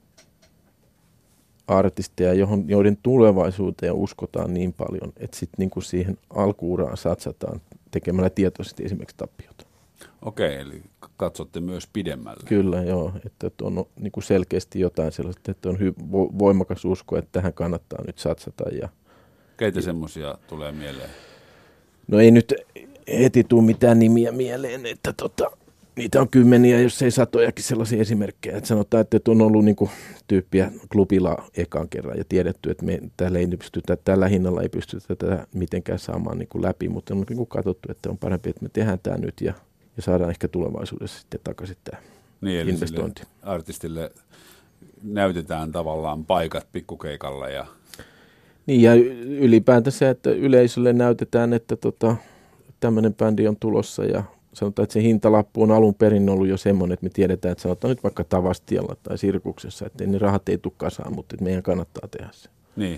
artisteja, johon, joiden tulevaisuuteen uskotaan niin paljon, että sitten niinku siihen alkuuraan satsataan tekemällä tietoisesti esimerkiksi tappiota. Okei, eli katsotte myös pidemmälle. Kyllä, joo. Että on niinku selkeästi jotain sellaista, että on hy- voimakas usko, että tähän kannattaa nyt satsata. Ja, keitä semmoisia tulee mieleen? No ei nyt heti tule mitään nimiä mieleen, että tota, niitä on kymmeniä, jos ei satojakin sellaisia esimerkkejä. Että sanotaan, että on ollut niinku tyyppiä klubilla ekan kerran ja tiedetty, että me tällä, ei pystytä, tällä hinnalla ei pystytä tätä mitenkään saamaan niinku läpi, mutta on niinku katsottu, että on parempi, että me tehdään tämä nyt ja, ja saadaan ehkä tulevaisuudessa sitten takaisin tämä niin, investointi. Artistille näytetään tavallaan paikat pikkukeikalla. Ja niin ja ylipäätään se, että yleisölle näytetään, että tota, tämmöinen bändi on tulossa ja sanotaan, että se hintalappu on alun perin ollut jo semmoinen, että me tiedetään, että sanotaan nyt vaikka Tavastialla tai Sirkuksessa, että ne rahat ei tule kasaan, mutta että meidän kannattaa tehdä se. Niin.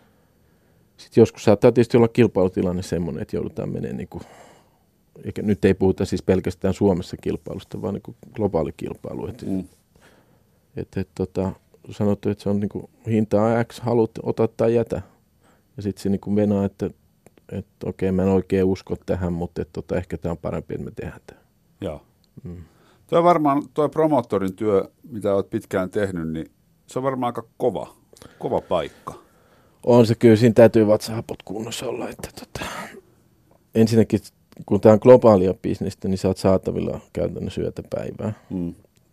Sitten joskus saattaa tietysti olla kilpailutilanne semmoinen, että joudutaan menemään, niin kuin, eikä, nyt ei puhuta siis pelkästään Suomessa kilpailusta, vaan niin kuin globaali kilpailu. Että mm. et, et, tota, sanottu, että se on niin kuin, hintaa X, haluat ottaa tai jätä. Ja sitten se niin kuin venaa, että että okei, mä en oikein usko tähän, mutta että tota, ehkä tämä on parempi, että me tehdään tämä. Joo. Mm. Tuo varmaan, tuo promoottorin työ, mitä olet pitkään tehnyt, niin se on varmaan aika kova, kova paikka. On se kyllä, siinä täytyy vatsahapot kunnossa olla. Että tota, ensinnäkin, kun tämä on globaalia bisnestä, niin sä oot saatavilla käytännössä yötä päivää. Mm.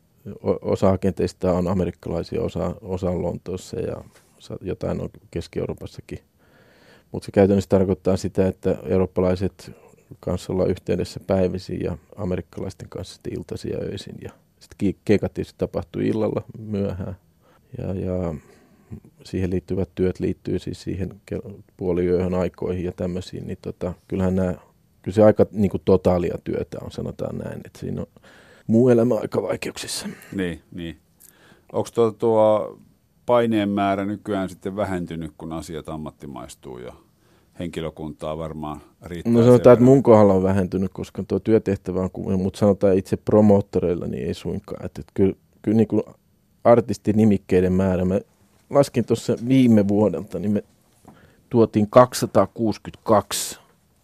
Osa agenteista on amerikkalaisia, osa, osa on Lontoossa ja jotain on Keski-Euroopassakin. Mutta se käytännössä tarkoittaa sitä, että eurooppalaiset kanssa ollaan yhteydessä päivisin ja amerikkalaisten kanssa sitten iltaisin ja öisin. Ja sitten keikat tietysti tapahtuu illalla myöhään. Ja, ja siihen liittyvät työt liittyy siis siihen puoliyöhön aikoihin ja tämmöisiin. Niin tota, kyllähän nämä, kyllä se aika niin kuin totaalia työtä on, sanotaan näin. Että siinä on muu elämä aika vaikeuksissa. Niin, niin. Onko tuo, tuo paineen määrä nykyään sitten vähentynyt, kun asiat ammattimaistuu ja henkilökuntaa varmaan riittää? No sanotaan, että mun kohdalla on vähentynyt, koska tuo työtehtävä on, mutta sanotaan itse promoottoreilla, niin ei suinkaan. Että, että kyllä, kyllä niin kuin artistinimikkeiden määrä, mä laskin tuossa viime vuodelta, niin me tuotiin kaksisataakuusikymmentäkaksi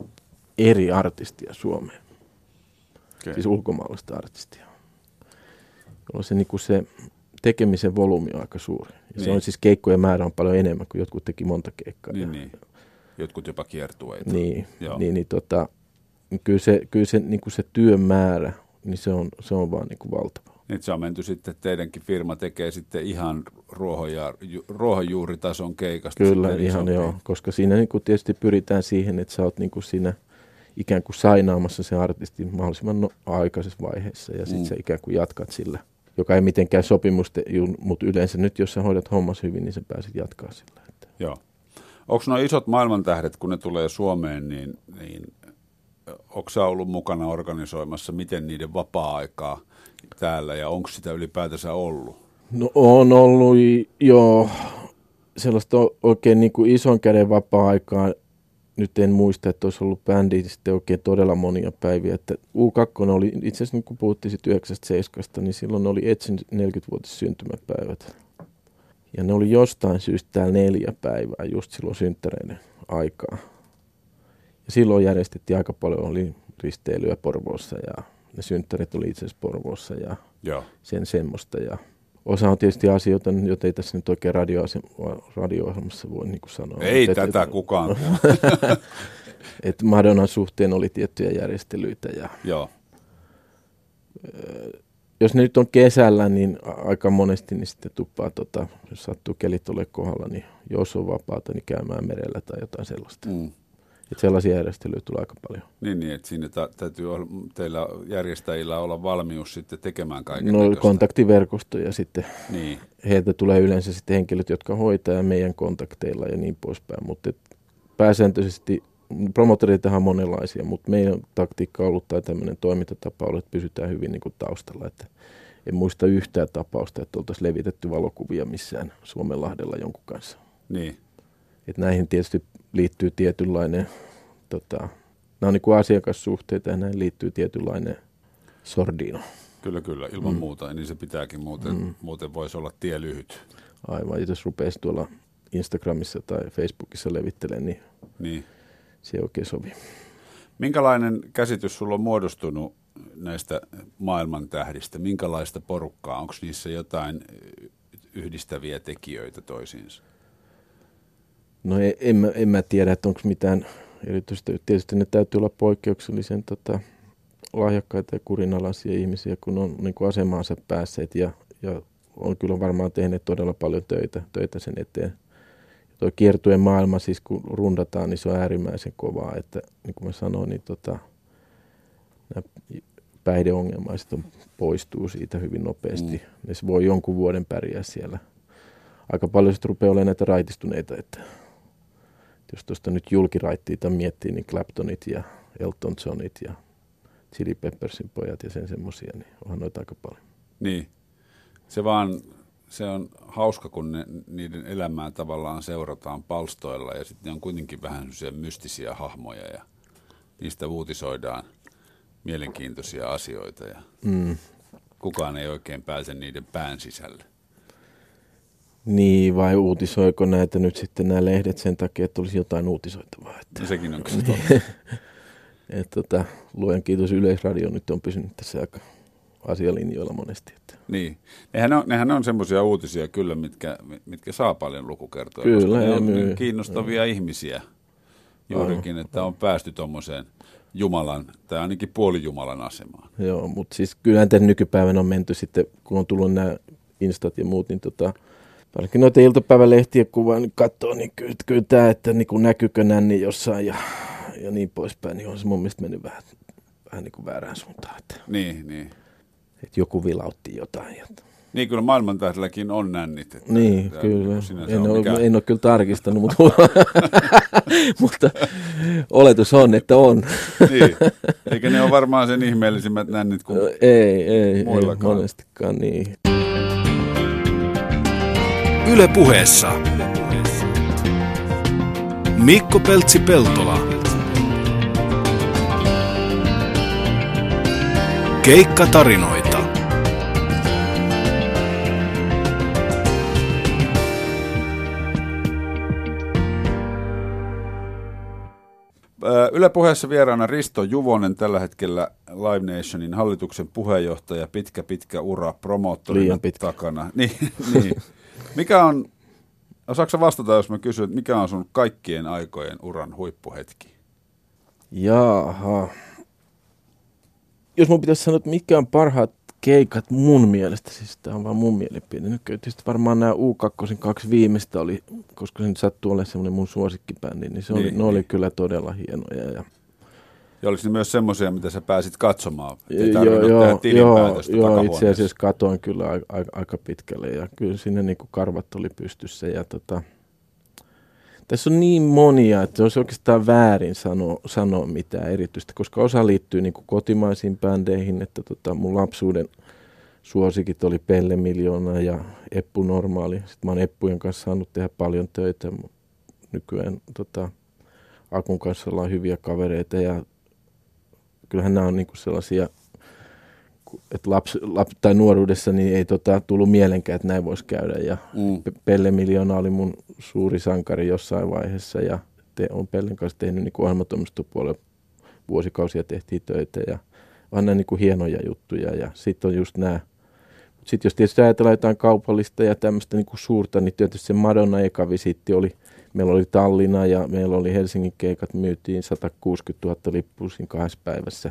eri artistia Suomeen. Okay. Siis ulkomaalaista artistia. Jolloin se, niin kuin se tekemisen volyymi on aika suuri. Ja niin. Se on siis keikkojen määrä on paljon enemmän, kuin jotkut teki monta keikkaa. Niin, niin. Jotkut jopa kiertueita. Niin, niin, niin tota, kyllä se, kyllä se, niin kuin se työn määrä, niin se on, se on vaan niin kuin valtava. Nyt se on menty sitten, teidänkin firma tekee sitten ihan ruohonja, ruohonjuuritason keikasta. Kyllä, ihan joo, koska siinä niin kuin tietysti pyritään siihen, että sä oot niin kuin siinä ikään kuin sainaamassa sen artistin mahdollisimman no, aikaisessa vaiheessa ja sitten mm. sä ikään kuin jatkat sillä. Joka ei mitenkään sopimusta, mutta yleensä nyt, jos sä hoidat hommas hyvin, niin sä pääset jatkaa sillä. Että. Joo. Onko nuo isot maailmantähdet, kun ne tulee Suomeen, niin, niin onko sä ollut mukana organisoimassa, miten niiden vapaa-aikaa täällä ja onko sitä ylipäätänsä ollut? No on ollut jo sellaista oikein niin kuin ison käden vapaa-aikaa. Nyt en muista, että olisi ollut bändi sitten oikein todella monia päiviä. Että U kaksi oli, itse asiassa niin kun puhuttiin sitten yhdeksänkymmentäseitsemän, niin silloin oli Etsin neljäkymmenvuotis syntymäpäivät. Ja ne oli jostain syystä täällä neljä päivää, just silloin synttäreiden aikaa. Ja silloin järjestettiin aika paljon, oli risteilyä Porvoossa ja ne synttärit oli itse asiassa Porvoossa ja Joo. sen semmoista. Ja osa on tietysti asioita, joita ei tässä nyt oikein radio- radio-ohjelmassa voi niin kuin sanoa. Ei et, tätä et, kukaan. Että Madonnan suhteen oli tiettyjä järjestelyitä. Ja, Joo. Jos ne nyt on kesällä, niin aika monesti niin sitten tuppaa, tota, jos sattuu kelit ole kohdalla, niin jos on vapaata, niin käymään merellä tai jotain sellaista. Mm. Että sellaisia järjestelyjä tulee aika paljon. Niin, niin että siinä ta- täytyy olla, teillä järjestäjillä olla valmius sitten tekemään kaiken No näköistä. Kontaktiverkosto ja sitten niin. heiltä tulee yleensä sitten henkilöt, jotka hoitaa ja meidän kontakteilla ja niin poispäin. Mutta pääsääntöisesti promotoreitahan on monenlaisia, mutta meidän taktiikka on ollut tai tämmöinen toimintatapa ollut, että pysytään hyvin niin kuin taustalla. Että en muista yhtään tapausta, että oltaisiin levitetty valokuvia missään Suomenlahdella jonkun kanssa. Niin. Että näihin tietysti liittyy tietynlainen, tota, nämä on niin kuin asiakassuhteita ja näihin liittyy tietynlainen sordino. Kyllä, kyllä, ilman mm. muuta, niin se pitääkin, muuten, mm. muuten voisi olla tie lyhyt. Aivan, jos rupeaisi tuolla Instagramissa tai Facebookissa levittelemään, niin, niin se ei oikein sovi. Minkälainen käsitys sulla on muodostunut näistä maailman tähdistä? Minkälaista porukkaa? Onko niissä jotain yhdistäviä tekijöitä toisiinsa? No en mä, en mä tiedä, että onko mitään erityisesti. Tietysti ne täytyy olla poikkeuksellisen tota, lahjakkaita ja kurinalaisia ihmisiä, kun on niin kuin asemaansa päässeet ja, ja on kyllä varmaan tehneet todella paljon töitä, töitä sen eteen. Tuo kiertueen maailma, siis kun rundataan, niin se on äärimmäisen kovaa, että niin kuin mä sanoin, niin tota, nämä päihdeongelmaiset on, poistuu siitä hyvin nopeasti. Mm. Ne voi jonkun vuoden pärjää siellä. Aika paljon sitten rupeaa olemaan näitä raitistuneita, että jos tuosta nyt julkiraittiita miettii, niin Claptonit ja Elton Johnit ja Chili Peppersin pojat ja sen semmosia, niin onhan noita aika paljon. Niin, se vaan, se on hauska, kun ne, niiden elämää tavallaan seurataan palstoilla ja sitten ne on kuitenkin vähän sellaisia mystisiä hahmoja ja niistä uutisoidaan mielenkiintoisia asioita ja mm. kukaan ei oikein pääse niiden pään sisälle. Niin, vai uutisoiko näitä nyt sitten nämä lehdet sen takia, että olisi jotain uutisoitavaa? Että... No sekin on kyllä totta. Että tota, luojan kiitos, Yleisradio nyt on pysynyt tässä aika asialinjoilla monesti. Että. Niin, nehän on, nehän on semmoisia uutisia kyllä, mitkä, mitkä saa paljon lukukertoja. Kyllä, ne on myy. kiinnostavia ja. ihmisiä juurikin, Aha. että on päästy tuommoiseen Jumalan, tai ainakin puolijumalan asemaan. Joo, mutta siis kyllähän tämän nykypäivänä on menty sitten, kun on tullut nämä instat ja muut, niin tota, varsinkin noita iltapäivälehtiä kuvaa, niin katsoo, niin kyllä, kyllä tämä, että niin kuin näkyykö nänni jossain ja, ja niin poispäin, niin on se mun mielestä mennyt vähän, vähän niin kuin väärään suuntaan. Että, niin, niin. Että joku vilautti jotain. Että. Niin, kyllä maailmantähdelläkin on nännit. Että niin, kyllä. En ole, mikään... en ole kyllä tarkistanut, mutta, mutta oletus on, että on. Niin, eikä ne ole varmaan sen ihmeellisimmät nännit kuin ei, ei, muillakaan. Ei monestikaan, niin. Yle Puheessa Mikko Peltsi-Peltola. Keikkatarinoita. Yle Puheessa vieraana Risto Juvonen, tällä hetkellä Live Nationin hallituksen puheenjohtaja, pitkä pitkä ura promoottorina takana. Niin, niin. Mikä on, osaatko vastata, jos mä kysyn, että mikä on sun kaikkien aikojen uran huippuhetki? Jaha. Jos mun pitäisi sanoa, että mikä on parhaat keikat mun mielestä, siis tämä on vaan mun mielipide. Nyt tietysti varmaan nämä U kaksi kaksi viimeistä oli, koska se nyt sattuu olemaan semmoinen mun suosikkibändi, niin, se oli, niin, ne niin. oli kyllä todella hienoja. Ja, ja oliko ne myös semmoisia, mitä sä pääsit katsomaan? Ei tarvinnut joo, tehdä tilinpäätöstä joo, joo, itse asiassa katoin kyllä aika, aika pitkälle ja kyllä sinne niin kuin karvat oli pystyssä. Ja tota, Tässä on niin monia, että olisi oikeastaan väärin sanoa, sanoa mitään erityistä, koska osa liittyy niin kuin kotimaisiin bändeihin, että tota, mun lapsuuden suosikit oli Pelle Miljoona ja Eppu Normaali. Sitten mä oon Eppujen kanssa saanut tehdä paljon töitä. Nykyään tota, Akun kanssa ollaan hyviä kavereita ja kyllähän nämä on niinku sellaisia, että lapsi, lapsi tai nuoruudessa niin ei tota, tullut mielenkään, että näin voisi käydä. Ja mm. Pelle Miljoona oli mun suuri sankari jossain vaiheessa ja te, on Pellen kanssa tehnyt niinku ohjelmatoimistopuolella vuosikausia tehtiin töitä ja on nämä niinku hienoja juttuja ja sitten on just nämä. Sitten jos tietysti ajatellaan jotain kaupallista ja tämmöistä niinku suurta, niin tietysti se Madonna eka visiitti oli, meillä oli Tallinna ja meillä oli Helsingin keikat, myytiin sata kuusikymmentätuhatta lippua siinä kahdessa päivässä.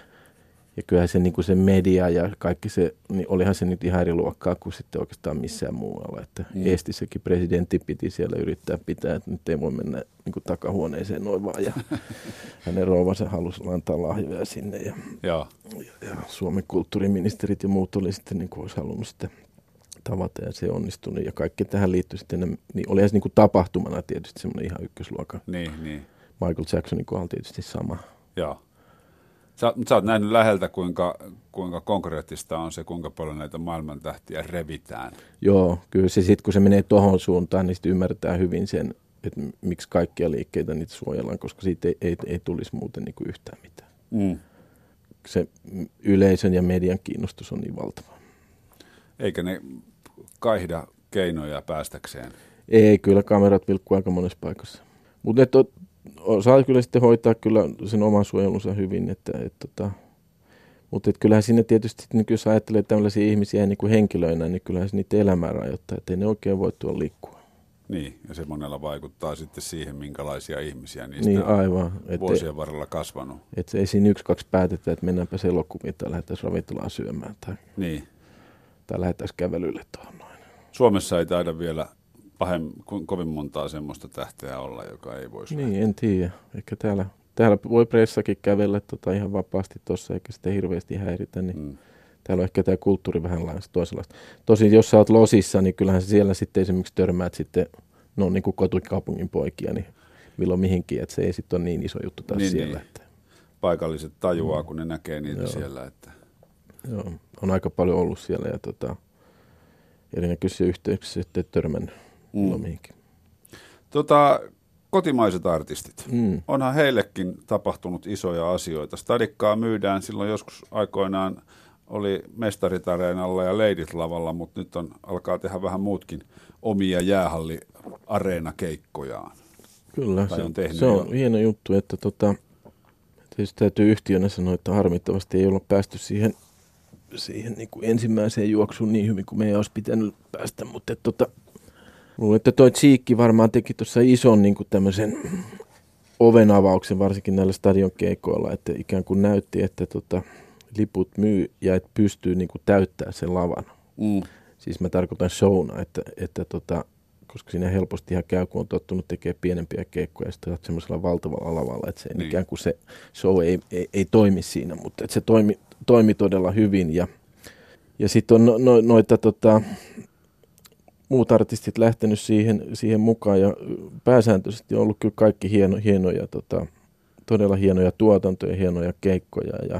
Ja kyllähän se, niinku se media ja kaikki se, niin olihan se nyt ihan eri luokkaa kuin sitten oikeastaan missään muualla. Että mm. Eestissäkin presidentti piti siellä yrittää pitää, että nyt ei voi mennä niinku takahuoneeseen noin vaan. Ja hänen rouvansa halusi antaa lahjoja sinne. Ja, ja. ja Suomen kulttuuriministerit ja muut oli sitten, niin kuin olisi halunnut sitä tavata ja se onnistunut. Ja kaikki tähän liittyi sitten, niin olihan se niinku tapahtumana tietysti semmoinen ihan ykkösluokan. Niin, niin. Michael Jacksonin kohdalla tietysti sama. Joo. Sä, sä oot nähnyt läheltä, kuinka, kuinka konkreettista on se, kuinka paljon näitä maailmantähtiä revitään. Joo, kyllä se sitten, kun se menee tohon suuntaan, niin sitten ymmärtää hyvin sen, että miksi kaikkia liikkeitä niitä suojellaan, koska siitä ei, ei, ei tulisi muuten niin kuin yhtään mitään. Mm. Se yleisön ja median kiinnostus on niin valtava. Eikä ne kaihda keinoja päästäkseen? Ei, kyllä kamerat vilkkuu aika monessa paikassa. Mutta saa kyllä sitten hoitaa kyllä sen oman suojelunsa hyvin, että, et, tota, mutta et kyllähän sinne tietysti, niin jos ajattelee tällaisia ihmisiä niin kuin henkilöinä, niin kyllähän se niitä elämää rajoittaa, ettei ne oikein voi tuolla liikkua. Niin, ja se monella vaikuttaa sitten siihen, minkälaisia ihmisiä niistä niin, on aivan, vuosien et, varrella kasvanut. Että ei siinä yksi, kaksi päätetä, että mennäänpä elokuviin tai lähdetään ravintolaan syömään tai, niin. tai lähdetään kävelylle tuohon noin. Suomessa ei taida vielä pahem, kovin montaa semmoista tähteä olla, joka ei voisi Niin, lähteä. En tiedä. Ehkä täällä, täällä voi pressakin kävellä tota ihan vapaasti tuossa, eikä sitä hirveästi häiritä. Niin mm. Täällä on ehkä tämä kulttuuri vähän toisenlaista. Tosin jos sä oot losissa, niin kyllähän siellä sitten esimerkiksi törmäät sitten, no niin kuin kotikaupungin poikia, niin milloin mihinkin, että se ei sitten ole niin iso juttu taas niin, siellä. Niin. Että Paikalliset tajuaa, mm. kun ne näkee niitä Joo. siellä. Että Joo, on aika paljon ollut siellä ja tota, erinäköisissä yhteyksissä sitten törmännyt. Mm. Tota, kotimaiset artistit. Mm. Onhan heillekin tapahtunut isoja asioita. Stadikkaa myydään silloin joskus aikoinaan oli Mestarit-areenalla ja Leidit-lavalla, mutta nyt on, alkaa tehdä vähän muutkin omia jäähalli-areenakeikkojaan. Kyllä, se, on, se on hieno juttu, että tota, tietysti täytyy yhtiönä sanoa, että harmittavasti ei olla päästy siihen, siihen niin kuin ensimmäiseen juoksuun niin hyvin kuin meidän olisi pitänyt päästä, mutta että tota, luulen, että toi Tsiikki varmaan teki tuossa ison niin kuin tämmöisen ovenavauksen, varsinkin näillä stadionkeikoilla, että ikään kuin näytti, että tota, liput myy ja että pystyy niin kuin täyttämään sen lavan. Mm. Siis mä tarkoitan showna, että, että tota, koska siinä helposti ihan käy, kun on tottunut tekemään pienempiä keikkoja ja sitten olet semmoisella valtavalla lavalla, että se niin. ikään kuin se show ei, ei, ei toimi siinä, mutta että se toimi, toimi todella hyvin. Ja, ja sitten on no, no, noita tota, muut artistit lähtenyt siihen, siihen mukaan ja pääsääntöisesti on ollut kyllä kaikki hieno, hienoja, tota, todella hienoja tuotantoja, hienoja keikkoja ja,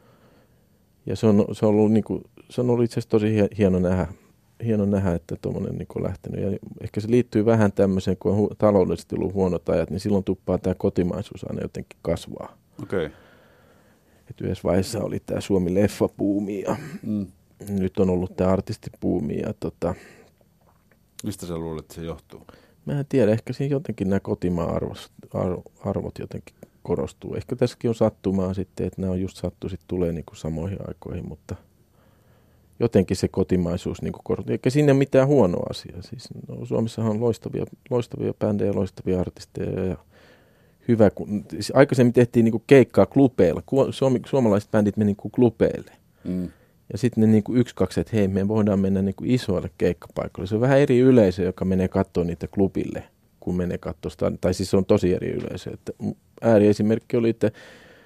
ja se, on, se, on ollut, niin kuin, se on ollut itse asiassa tosi hieno nähdä, hieno nähdä että tuommoinen niin on lähtenyt ja ehkä se liittyy vähän tämmöiseen, kun on hu- taloudellisesti ollut huonot ajat, niin silloin tuppaa tämä kotimaisuus aina jotenkin kasvaa. Okei. Okay. Et yhdessä vaiheessa oli tämä Suomi-leffapuumi ja mm. nyt on ollut tämä artistipuumi ja tota, mistä sä luulet, että se johtuu? Mä en tiedä, ehkä siinä jotenkin nämä kotimaan arvot, arvot jotenkin korostuu. Ehkä tässäkin on sattumaa sitten, että nämä on just sattu, sitten tulee niin kuin samoihin aikoihin, mutta jotenkin se kotimaisuus niin kuin korostuu. Eikä siinä ole mitään huonoa asiaa. Siis, no, Suomessahan on loistavia, loistavia bändejä, loistavia artisteja ja hyvä, kun siis aikaisemmin tehtiin niin kuin keikkaa klubeilla. Suom, suomalaiset bändit meni niin kuin klubeille. Mm. Ja sitten ne niinku yksi, kaksi, että hei, me voidaan mennä niinku isoille keikkapaikoille. Se on vähän eri yleisö, joka menee katsoa niitä klubille, kun menee katsoa sitä. Tai siis se on tosi eri yleisö. Että ääriesimerkki oli, että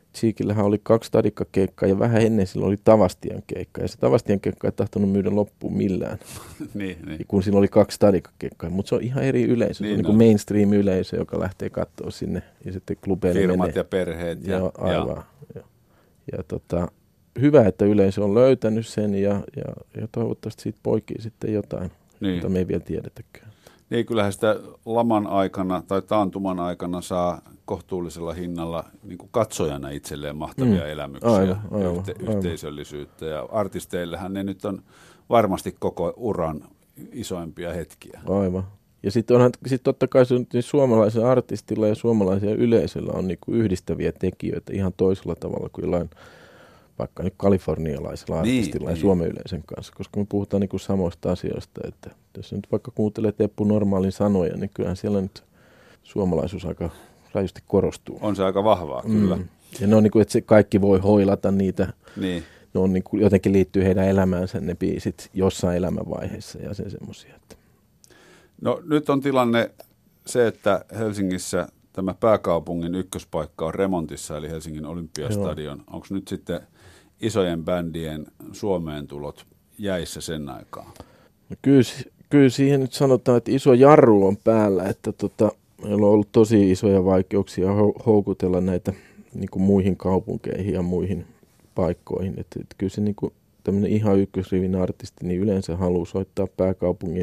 Cheekillähän oli kaksi stadikkakeikkaa ja vähän ennen sillä oli Tavastian keikka. Ja se Tavastian keikka ei tahtonut myydä loppuun millään, niin, niin. kun siinä oli kaksi stadikkakeikkaa. Mutta se on ihan eri yleisö. Niin, se on no. niin kuin mainstream-yleisö, joka lähtee katsoa sinne ja sitten klubeille Firmat menee. ja perheet. Ja, ja, aivan. Ja, ja tota, hyvä, että yleisö on löytänyt sen ja, ja, ja toivottavasti siitä poikii sitten jotain, niin. jota me ei vielä tiedetäkään. Niin, kyllähän sitä laman aikana tai taantuman aikana saa kohtuullisella hinnalla niin kuin katsojana itselleen mahtavia mm. elämyksiä, aivan, aivan, yhte, aivan. yhteisöllisyyttä. Ja artisteillehän ne nyt on varmasti koko uran isoimpia hetkiä. Aivan. Ja sitten onhan sit totta kai se, niin suomalaisella artistilla ja suomalaisella yleisöllä on niinku yhdistäviä tekijöitä ihan toisella tavalla kuin jollain vaikka nyt kalifornialaisella niin, artistilla ja niin. Suomen yleisön kanssa, koska me puhutaan niinku samoista asioista. Että jos nyt vaikka kuuntelee Teppu Normaalin sanoja, niin kyllähän siellä nyt suomalaisuus aika rajusti korostuu. On se aika vahvaa, mm. kyllä. Ja ne on niin kuin, että se kaikki voi hoilata niitä. Niin. Ne on niin kuin, jotenkin liittyy heidän elämäänsä ne biisit jossain elämänvaiheessa ja se semmoisia. Että. No nyt on tilanne se, että Helsingissä tämä pääkaupungin ykköspaikka on remontissa, eli Helsingin Olympiastadion. Onko nyt sitten isojen bändien Suomeen tulot jäissä sen aikaa? No kyllä, kyllä siihen nyt sanotaan, että iso jarru on päällä, että tota, meillä on ollut tosi isoja vaikeuksia houkutella näitä niin kuin muihin kaupunkeihin ja muihin paikkoihin. Että, että kyllä se niin kuin tämmöinen ihan ykkösrivin artisti niin yleensä haluaa soittaa pääkaupungin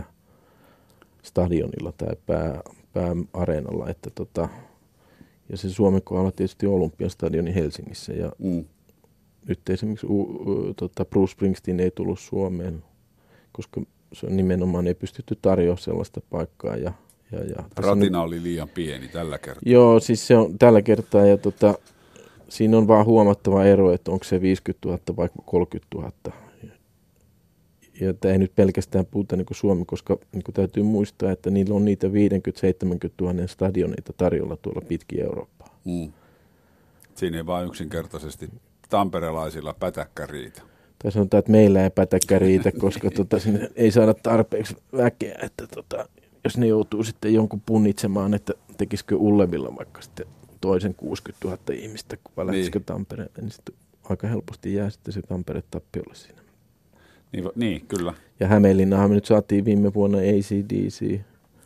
päästadionilla tai pää, pääareenalla. Että tota, ja se Suomen kohdalla tietysti Olympiastadioni Helsingissä. Ja mm. nyt esimerkiksi u, u, tota Bruce Springsteen ei tullut Suomeen, koska se on nimenomaan ei pystytty tarjoamaan sellaista paikkaa. Ja, ja, ja Ratina nyt oli liian pieni tällä kertaa. Joo, siis se on tällä kertaa ja tota, siinä on vaan huomattava ero, että onko se viisikymmentätuhatta vai kolmekymmentätuhatta. Ja tämä ei nyt pelkästään puhuta niin kuin Suomi, koska niin kuin täytyy muistaa, että niillä on niitä viisikymmentä seitsemänkymmentätuhatta stadioneita tarjolla tuolla pitkin Eurooppaa. Mm. Siinä ei vaan yksinkertaisesti tamperelaisilla pätäkkä riitä. Tai sanotaan, että meillä ei pätäkkä riitä, koska tota, sinne ei saada tarpeeksi väkeä, että tota, jos ne joutuu sitten jonkun punnitsemaan, että tekisikö Ullevilla vaikka sitten toisen kuusikymmentätuhatta ihmistä, kun lähtisikö niin. Tampereelle, niin sitten aika helposti jää sitten se Tampere tappiolle siinä. Niin, niin, kyllä. Ja Hämeenlinnahan me nyt saatiin viime vuonna A C D C,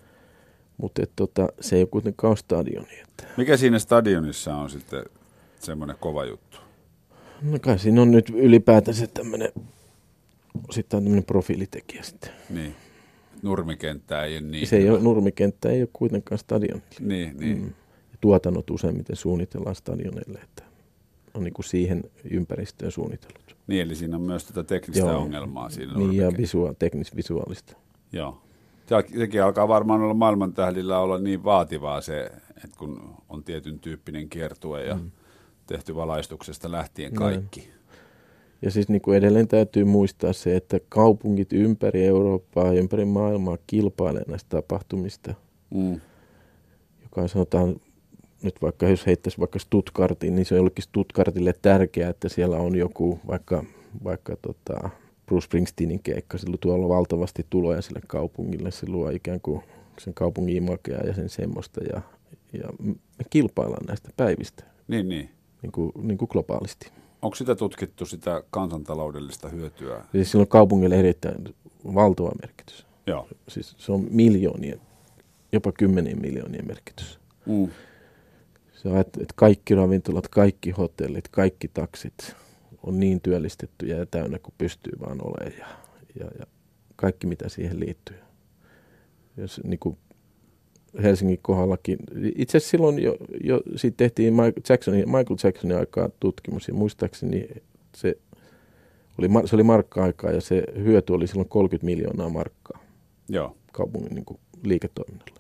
mutta tota, se ei ole kuitenkaan ole stadioni. Että. Mikä siinä stadionissa on sitten semmoinen kova juttu? No kai siinä on nyt ylipäätänsä tämmöinen, sitten on tämmöinen profiilitekijä sitten. Niin, nurmikenttä ei ole niin. Se ei ole, nurmikenttä ei ole kuitenkaan stadionilla. Niin, niin. Mm. Tuotannot useimmiten suunnitellaan stadionille, että on niin kuin siihen ympäristöön suunnitellut. Niin, eli siinä on myös tätä teknistä Joo. ongelmaa siinä. Niin, ja visua- teknis-visuaalista. Joo. Sekin alkaa varmaan olla maailman tähdillä olla niin vaativaa se, että kun on tietyn tyyppinen kiertue ja mm. tehty valaistuksesta lähtien kaikki. Näin. Ja siis niin kuin edelleen täytyy muistaa se, että kaupungit ympäri Eurooppaa ja ympäri maailmaa kilpailee näistä tapahtumista, mm. joka sanotaan, nyt vaikka jos heittäisi vaikka Stuttgartiin, niin se on jollekin Stuttgartille tärkeää, että siellä on joku vaikka, vaikka tota Bruce Springsteenin keikka, sillä tuo olla valtavasti tuloja sille kaupungille, se luo ikään kuin sen kaupungin imakea ja sen semmoista, ja, ja me kilpaillaan näistä päivistä. Niin, niin. Niin kuin, niin kuin globaalisti. Onko sitä tutkittu, sitä kansantaloudellista hyötyä? Siis sillä on kaupungille erittäin valtava merkitys. Joo. Siis se on miljoonien, jopa kymmenien miljoonien merkitys. Mm. Se on, että kaikki ravintolat, kaikki hotellit, kaikki taksit on niin työllistettyjä ja täynnä kuin pystyy vaan olemaan. Ja, ja, ja kaikki, mitä siihen liittyy. Jos, niin kuin Helsingin kohdallakin. Itse asiassa silloin jo, jo siitä tehtiin Michael Jacksonin, Michael Jacksonin aikaa tutkimus. Ja muistaakseni se oli, se oli markka-aikaa ja se hyöty oli silloin kolmekymmentä miljoonaa markkaa. Joo. Kaupungin niin kuin liiketoiminnalla.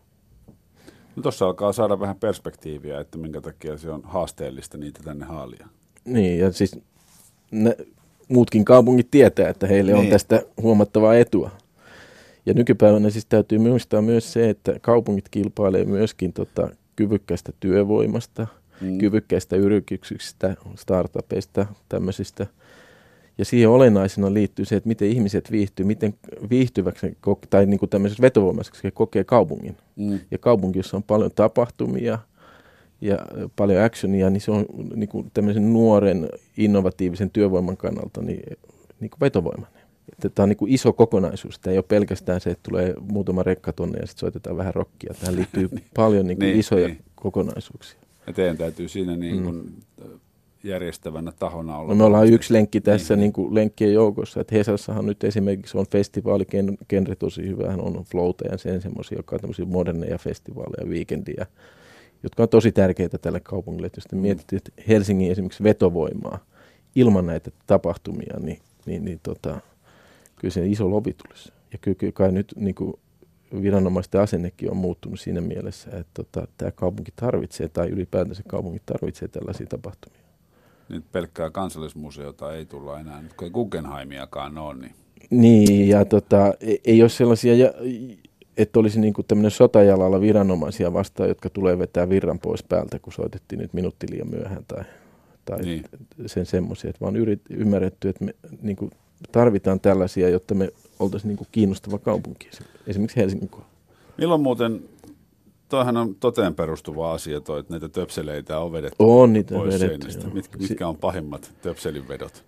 No tuossa alkaa saada vähän perspektiiviä, että minkä takia se on haasteellista niitä tänne haalia. Niin, ja siis ne, muutkin kaupungit tietää, että heille niin on tästä huomattavaa etua. Ja nykypäivänä siis täytyy muistaa myös se, että kaupungit kilpailee myöskin tota, kyvykkäistä työvoimasta, mm. kyvykkäistä yrityksistä, startupeista, tämmöisistä. Ja siihen olennaisena liittyy se, että miten ihmiset viihtyy, miten viihtyväksi tai niin kuin tämmöisessä vetovoimaiseksi kokee kaupungin. Mm. Ja kaupunki, jossa on paljon tapahtumia ja paljon actionia, niin se on niin kuin tämmöisen nuoren, innovatiivisen työvoiman kannalta niin, niin kuin vetovoimainen. Tämä on niin kuin iso kokonaisuus. Tämä ei ole pelkästään se, että tulee muutama rekka tonne ja sitten soitetaan vähän rockia. Tähän liittyy paljon niin kuin niin, isoja niin. kokonaisuuksia. Ja teidän täytyy siinä niin kuin mm. järjestävänä tahona olla. No me ollaan yksi lenkki tässä niin. Niin kuin lenkkien joukossa. Että Hesassahan nyt esimerkiksi on festivaaligenre tosi hyvä. Hän on Floata ja sen semmoisia, jotka on tämmöisiä moderneja festivaaleja, weekendiä, jotka on tosi tärkeitä tälle kaupungille. Että jos te mm. mietitte, että Helsingin esimerkiksi vetovoimaa ilman näitä tapahtumia, niin, niin, niin tota, kyllä se iso lovi tulisi. Ja kyllä kai nyt niin kuin viranomaisten asennekin on muuttunut siinä mielessä, että tota, tämä kaupunki tarvitsee, tai ylipäätänsä kaupunki tarvitsee tällaisia tapahtumia. Nyt pelkkää kansallismuseota ei tulla enää, nyt kun ei Guggenheimiakaan ole. Niin, niin ja tota, ei, ei ole sellaisia, että olisi niin kuin tämmöinen sotajalalla viranomaisia vastaan, jotka tulee vetää virran pois päältä, kun soitettiin nyt minuutti liian myöhään tai, tai niin. sen semmoisia, että vaan yrit, ymmärretty, että me niin kuin tarvitaan tällaisia, jotta me oltaisiin niin kuin kiinnostava kaupunki, esimerkiksi Helsingin kohdalla. Milloin muuten, toihan on toteen perustuva asia toi, että näitä töpseleitä on vedetty on niitä pois vedetty, seinistä. Mit, mitkä on pahimmat töpselinvedot?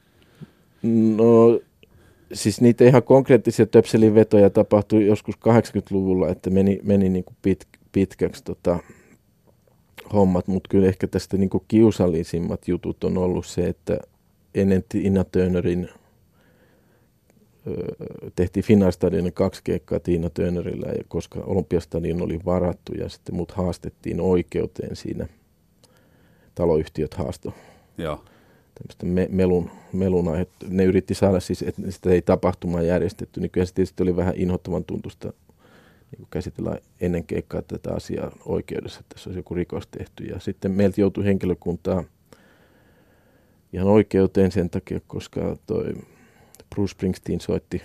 No siis niitä ihan konkreettisia töpselinvetoja tapahtui joskus kahdeksankymmentäluvulla, että meni, meni niin kuin pit, pitkäksi tota, hommat, mutta kyllä ehkä tästä niin kuin kiusallisimmat jutut on ollut se, että ennen Tina Turnerin tehtiin Finnair-stadionin kaksi keikkaa Tina Turnerillä, ja koska Olympiastadion oli varattu ja sitten mut haastettiin oikeuteen siinä. Taloyhtiöt haastoi tämmöistä me, melun, meluna. Että ne yritti saada siis, että sitä ei tapahtumaa järjestetty, niin kyllä se tietysti oli vähän inhottavan tuntusta niin käsitellä ennen keikkaa tätä asiaa oikeudessa, että tässä olisi joku rikos tehty. Ja sitten meiltä joutui henkilökuntaa ihan oikeuteen sen takia, koska toi Bruce Springsteen soitti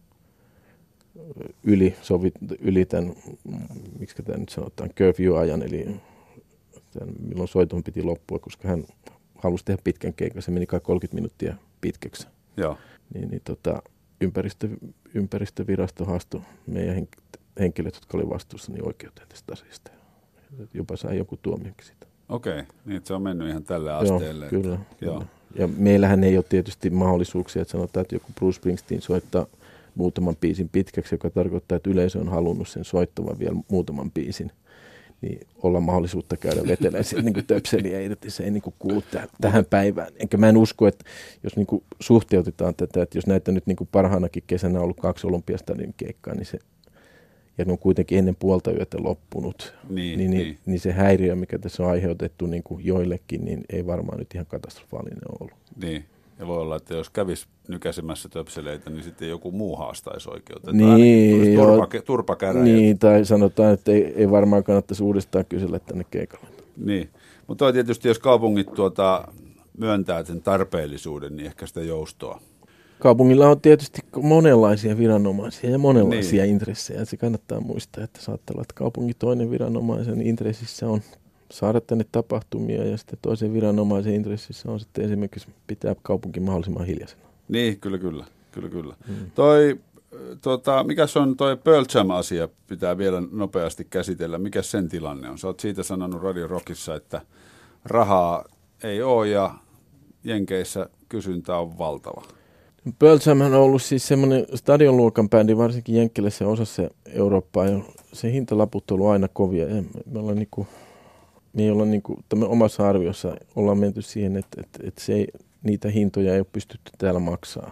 yli, sovit, yli tämän, miksi tämä nyt sanotaan, curfew-ajan, eli tämän, milloin soiton piti loppua, koska hän halusi tehdä pitkän keikan, se meni kai kolmekymmentä minuuttia pitkäksi. Joo. Niin, niin tota, ympäristö, ympäristövirasto haastoi meidän henkilöt, jotka oli vastuussa, niin oikeuteen tästä asiasta. Jopa sai joku tuomionkin siitä. Okei, niin se on mennyt ihan tälle asteelle. Joo, kyllä. Että, joo. Ja meillähän ei ole tietysti mahdollisuuksia, että sanotaan, että joku Bruce Springsteen soittaa muutaman biisin pitkäksi, joka tarkoittaa, että yleisö on halunnut sen soittavan vielä muutaman biisin. Niin olla mahdollisuutta käydä vetelemään niin kuin töpseliä irti, se ei niin kuin kuulu täh- tähän päivään. Enkä mä en usko, että jos niin kuin suhteutetaan tätä, että jos näitä nyt niin kuin parhaanakin kesänä on ollut kaksi Olympiastadion keikkaa, niin se ja ne on kuitenkin ennen puolta yötä loppunut, niin, niin, niin. niin, niin se häiriö, mikä tässä on aiheutettu niin kuin joillekin, niin ei varmaan nyt ihan katastrofaalinen ollut. Niin, ja voi olla, että jos kävisi nykäisemässä töpseleitä, niin sitten joku muu haastaisi oikeuteen. Niin, turpa, turpakäräjät. Niin, tai sanotaan, että ei, ei varmaan kannattaisi uudestaan kysellä tänne keikalle. Niin, mutta tietysti jos kaupungit tuota, myöntää sen tarpeellisuuden, niin ehkä sitä joustoa. Kaupungilla on tietysti monenlaisia viranomaisia ja monenlaisia niin. intressejä. Se kannattaa muistaa, että saattaa olla, että kaupungin toinen viranomaisen intressissä on saada tänne tapahtumia ja sitten toisen viranomaisen intressissä on sitten esimerkiksi pitää kaupunki mahdollisimman hiljaisena. Niin, kyllä, kyllä. kyllä, kyllä. Hmm. Toi, tota, mikäs on toi Pearl Jam-asia, pitää vielä nopeasti käsitellä. Mikä sen tilanne on? Sä oot siitä sanonut Radio Rockissa, että rahaa ei ole ja Jenkeissä kysyntä on valtava. Pearl Jam on ollut siis semmoinen stadionluokan bändi, varsinkin Jenkkilässä osassa Eurooppaa, ja se hintalaput on ollut aina kovia. Ja me ollaan niinku, me ei olla niinku, omassa arviossa ollaan menty siihen, että, että, että se ei, niitä hintoja ei ole pystytty täällä maksaa.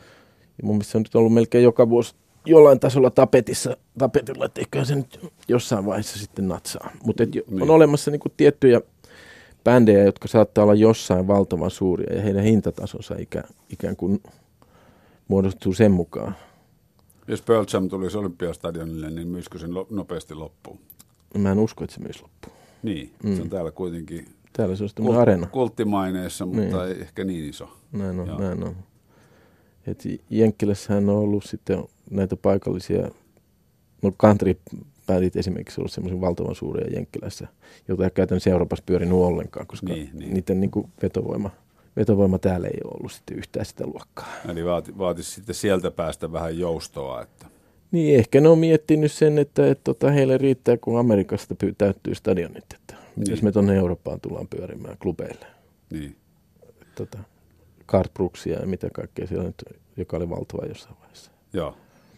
Ja mun mielestä se on nyt ollut melkein joka vuosi jollain tasolla tapetissa, tapetilla, että eiköhän se nyt jossain vaiheessa sitten natsaa. Mutta on niin. olemassa niinku tiettyjä bändejä, jotka saattaa olla jossain valtavan suuria, ja heidän hintatasonsa ikään, ikään kuin muodostuu sen mukaan. Jos Pearl Jam tulisi Olympiastadionille, niin myisikö sen nopeasti loppuun? Mä en usko, että se myisi loppuun. Niin, mm. se on täällä kuitenkin täällä se on kult- areena. kulttimaineessa, mutta niin. ei ehkä niin iso. Näin on, Joo. näin on. Et Jenkkilässähän on ollut sitten näitä paikallisia, no country-bändit esimerkiksi on ollut semmoisen valtavan suuria Jenkkilässä, jota ei käytännössä Euroopassa pyörinyt ollenkaan, koska niin, niin. niiden niin kuin vetovoima Vetovoima täällä ei ole ollut sitten yhtään sitä luokkaa. Eli vaati, vaatisi sitten sieltä päästä vähän joustoa. Että. Niin, ehkä ne on miettinyt sen, että, että, että heille riittää, kun Amerikasta täyttyy stadionit. Että Mitäs niin. me tuonne Eurooppaan tullaan pyörimään klubeille. Niin. Tota, Garth Brooksia ja mitä kaikkea siellä nyt, joka oli valtava jossain vaiheessa. Joo.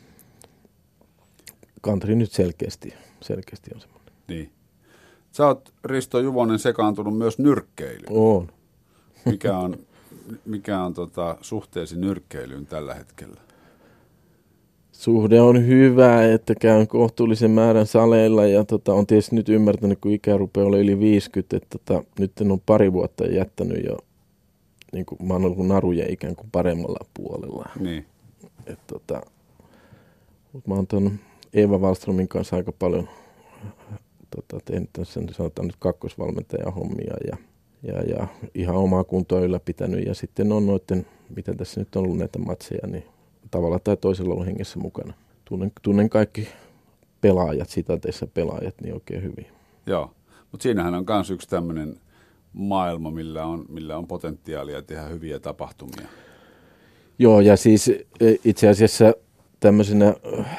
Country nyt selkeästi, selkeästi on semmoinen. Niin. Sä oot, Risto Juvonen, sekaantunut myös nyrkkeilyyn. On. Mikä on, mikä on tota, suhteesi nyrkkeilyyn tällä hetkellä? Suhde on hyvä, että käyn kohtuullisen määrän saleilla ja tota, on tietysti nyt ymmärtänyt, kun ikä rupeaa olla yli viisikymmentä, että tota, nyt en ole pari vuotta jättänyt jo, niin kuin, mä oon ollut naruja ikään kuin paremmalla puolella. Niin. Et, tota, mutta mä oon tuon Eeva Wallströmin kanssa aika paljon tota, tehnyt sen, sanotaan nyt kakkosvalmentajan hommia ja, ja, ja ihan omaa kuntoa ylläpitänyt ja sitten on noiden, mitä tässä nyt on ollut näitä matseja, niin tavalla tai toisella ollut hengessä mukana. Tunnen, tunnen kaikki pelaajat, sitateissa pelaajat, niin oikein hyvin. Joo, mutta siinähän on myös yksi tämmöinen maailma, millä on, millä on potentiaalia tehdä hyviä tapahtumia. Joo, ja siis itse asiassa tämmöisenä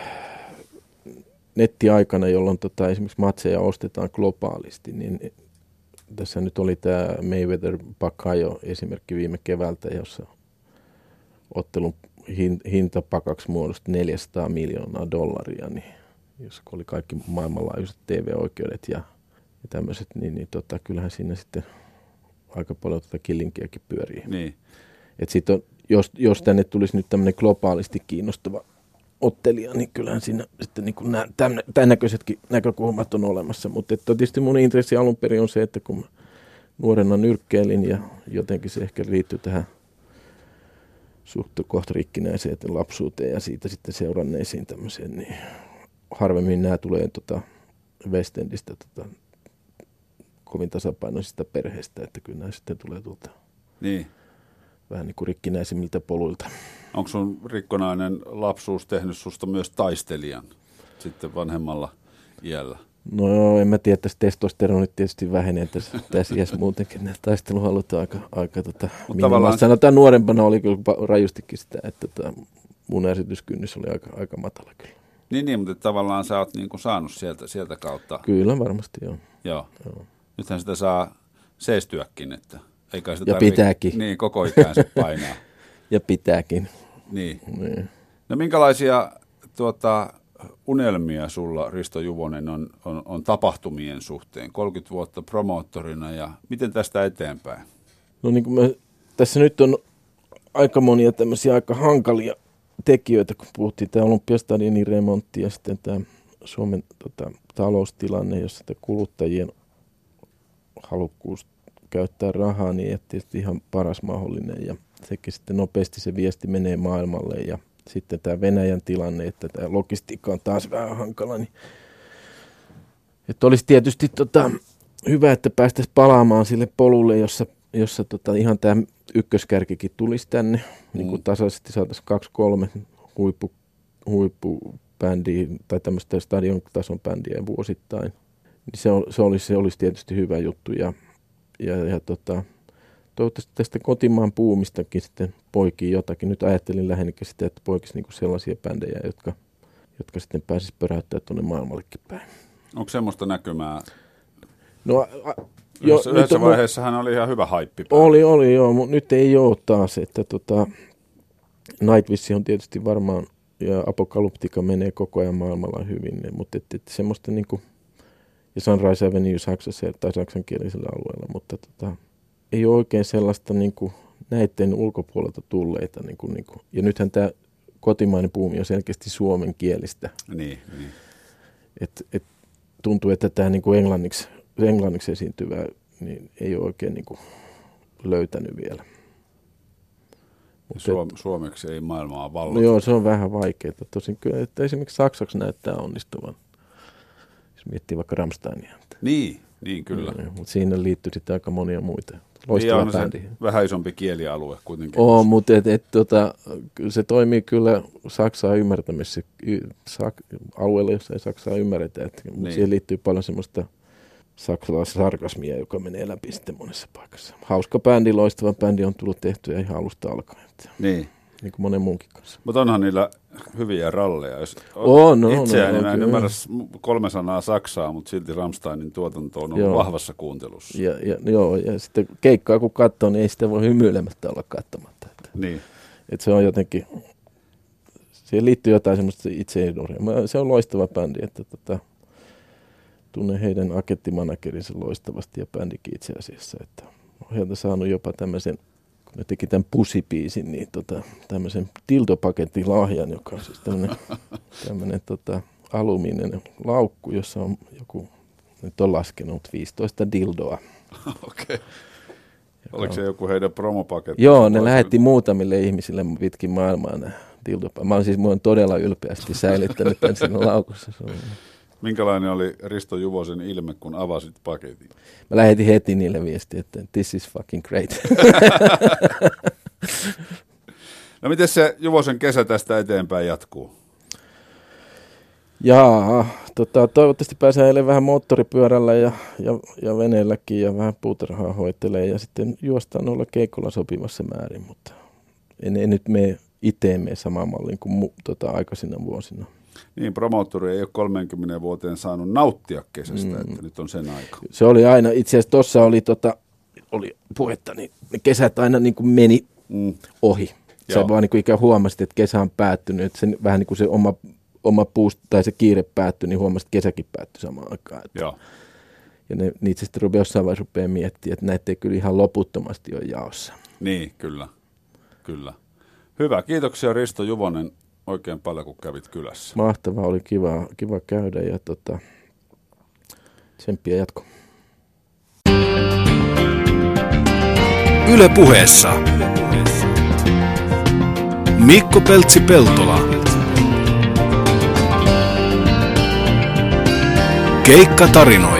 nettiaikana, jolloin tota, esimerkiksi matseja ostetaan globaalisti, niin tässä nyt oli tämä Mayweather-Pacquiao esimerkki viime keväältä, jossa ottelun hinta pakaksi muodosti neljäsataa miljoonaa dollaria, niin jos oli kaikki maailmanlaajuiset T V-oikeudet ja, ja tämmöiset, niin, niin tota, kyllähän siinä sitten aika paljon tuota killinkiäkin pyörii. Niin. Et sit on, jos, jos tänne tulisi nyt tämmöinen globaalisti kiinnostava ottelija, niin kyllähän siinä sitten niin kuin nämä, tämän, tämän näköisetkin näkökulmat on olemassa. Mutta tietysti mun intressi alun perin on se, että kun nuorena nyrkkeilin ja jotenkin se ehkä liittyy tähän suht kohta rikkinäiseen lapsuuteen ja siitä sitten seuranneisiin tämmöiseen, niin harvemmin nämä tulee tota West Endistä tota, kovin tasapainoisista perheistä, että kyllä nämä sitten tulee tuolta niin. vähän niin kuin rikkinäisimmiltä poluilta. Onko sun rikkonainen lapsuus tehnyt susta myös taistelijan sitten vanhemmalla iällä? No joo, en mä tiedä, että testosteronit tietysti vähenee tässä, tässä iässä muutenkin. Nämä taisteluhallut on aika, aika tota, minimaalista. Sanotaan nuorempana oli kyllä rajustikin sitä, että tota, mun ärsytyskynnys oli aika, aika matala kyllä. Niin, niin, mutta tavallaan sä oot niinku saanut sieltä, sieltä kautta. Kyllä varmasti joo. Joo. joo. Nythän sitä saa seistyäkin, että eikä sitä ja tarvitse pitääkin. Niin, koko ikänsä painaa. Ja pitääkin. Niin. niin. No minkälaisia tuota, unelmia sulla, Risto Juvonen, on, on, on tapahtumien suhteen? kolmekymmentä vuotta promoottorina ja miten tästä eteenpäin? No niin kuin mä, tässä nyt on aika monia tämmöisiä aika hankalia tekijöitä, kun puhuttiin tämä Olympiastadionin remontti ja sitten tämä Suomen tota, taloustilanne, jossa tämä kuluttajien halukkuus käyttää rahaa, niin ei tietysti ihan paras mahdollinen ja sekin sitten nopeasti se viesti menee maailmalle ja sitten tämä Venäjän tilanne, että tämä logistiikka on taas vähän hankala, niin että olisi tietysti tota, hyvä, että päästäisiin palaamaan sille polulle, jossa, jossa tota, ihan tämä ykköskärkikin tulisi tänne, mm. niin kuin tasaisesti saataisiin kaksi kolme huippu, huippubändiä tai tämmöistä stadion-tason bändiä vuosittain. Niin se, se, olisi, se olisi tietysti hyvä juttu ja, ja, ja tota, toivottavasti tästä kotimaan puumistakin sitten poikii jotakin. Nyt ajattelin lähinnäkin sitä, että poikisi niinku sellaisia bändejä, jotka, jotka sitten pääsisi pöräyttämään tuonne maailmallekin päin. Onko semmoista näkymää? No, a, jo, yhdessä yhdessä vaiheessahan oli ihan hyvä haippi. Oli, oli joo, mutta nyt ei ole taas. Että tota, Nightwish on tietysti varmaan, ja Apocalyptica menee koko ajan maailmalla hyvin. Mutta et, et semmoista niinku, ja Sunrise Avenue Saksassa tai saksankielisellä alueella, mutta tota, ei ole oikein sellaista niin kuin näiden ulkopuolelta tulleita. Niin kuin, niin kuin. Ja nythän tämä kotimainen buumi on selkeästi suomenkielistä. Niin, niin. Et, et tuntuu, että tämä niin kuin englanniksi, englanniksi esiintyvä niin ei ole oikein niin kuin löytänyt vielä. Suom- et, suomeksi ei maailmaa vallata. No joo, se on vähän vaikeaa. Tosin kyllä, että esimerkiksi saksaksi näyttää onnistuvan, jos miettii vaikka Rammsteinia. Niin, niin kyllä. No, mutta siinä liittyy sitten aika monia muita. Loistava niin bändi. Vähän isompi kielialue kuitenkin. Oo, mutta et, et, tota, se toimii kyllä Saksaa ymmärtämisessä sak- alueella, jossa ei Saksaa ymmärretä. Et, niin. Siihen liittyy paljon semmoista saksalais-sarkasmia, joka menee läpi sitten monessa paikassa. Hauska bändi, loistava bändi on tullut tehtyä ihan alusta alkaen. Niin. niin kuin monen muunkin kanssa. Mutta onhan niillä hyviä ralleja. Jos on, on, itseäni on, mä en on, ymmärrä kolme sanaa saksaa, mutta silti Rammsteinin tuotanto on ollut joo. vahvassa kuuntelussa. Ja, ja, joo, ja sitten keikkaa kun katsoo, niin ei sitä voi hymyilemättä olla katsomatta. Että, niin. Että se on jotenkin, siihen liittyy jotain semmoista itseidoria. Se on loistava bändi, että tota, tunnen heidän agenttimanagerinsa loistavasti ja bändikin itse asiassa. Että olen heiltä saanut jopa tämmöisen, kun ne teki tämän Pussy-biisin, niin tota, tämmöisen dildopaketin lahjan, joka on siis tämmöinen, tämmöinen tota, alumiininen laukku, jossa on joku, nyt on laskenut viisitoista dildoa. Okei. Okay. Oliko se joku heidän promopaketti? Joo, ne lähetti muutamille ihmisille pitkin maailmaa nämä dildopa. Mä oon siis mä oon todella ylpeästi säilyttänyt tämän siinä laukussa. Minkälainen oli Risto Juvosen ilme, kun avasit paketin? Mä lähetin heti niille viestiä, että this is fucking great. No miten se Juvosen kesä tästä eteenpäin jatkuu? Jaa, tota, toivottavasti pääsee eilen vähän moottoripyörällä ja, ja, ja veneelläkin ja vähän puutarhaa hoitelee ja sitten juostaan olla keikolla sopivassa määrin, mutta en, en nyt mene itse mene samaan malliin kuin mu, tota, aikaisina vuosina. Niin, promoottori ei ole kolmeenkymmeneen vuoteen saanut nauttia kesästä, mm. että nyt on sen aika. Se oli aina, itse asiassa tuossa oli, tota, oli puhetta, niin ne kesät aina niin kuin meni mm. ohi. Sä Joo. vaan niin kuin ikään huomasit, että kesä on päättynyt, että sen, vähän niin kuin se oma, oma puust, tai se kiire päättyi, niin huomasit, että kesäkin päättyi samaan aikaan. Että. Joo. Ja ne, niitä sitten rupeaa jossain vaiheessa rupeaa miettimään, että näitä ei kyllä ihan loputtomasti ole jaossa. Niin, kyllä. Kyllä. Hyvä. Kiitoksia Risto Juvonen oikein paljon, kun kävit kylässä. Mahtavaa, oli kiva, kiva käydä ja tota, tsemppiä jatko. Yle Puheessa Mikko Peltsi-Peltola. Keikkatarinoita.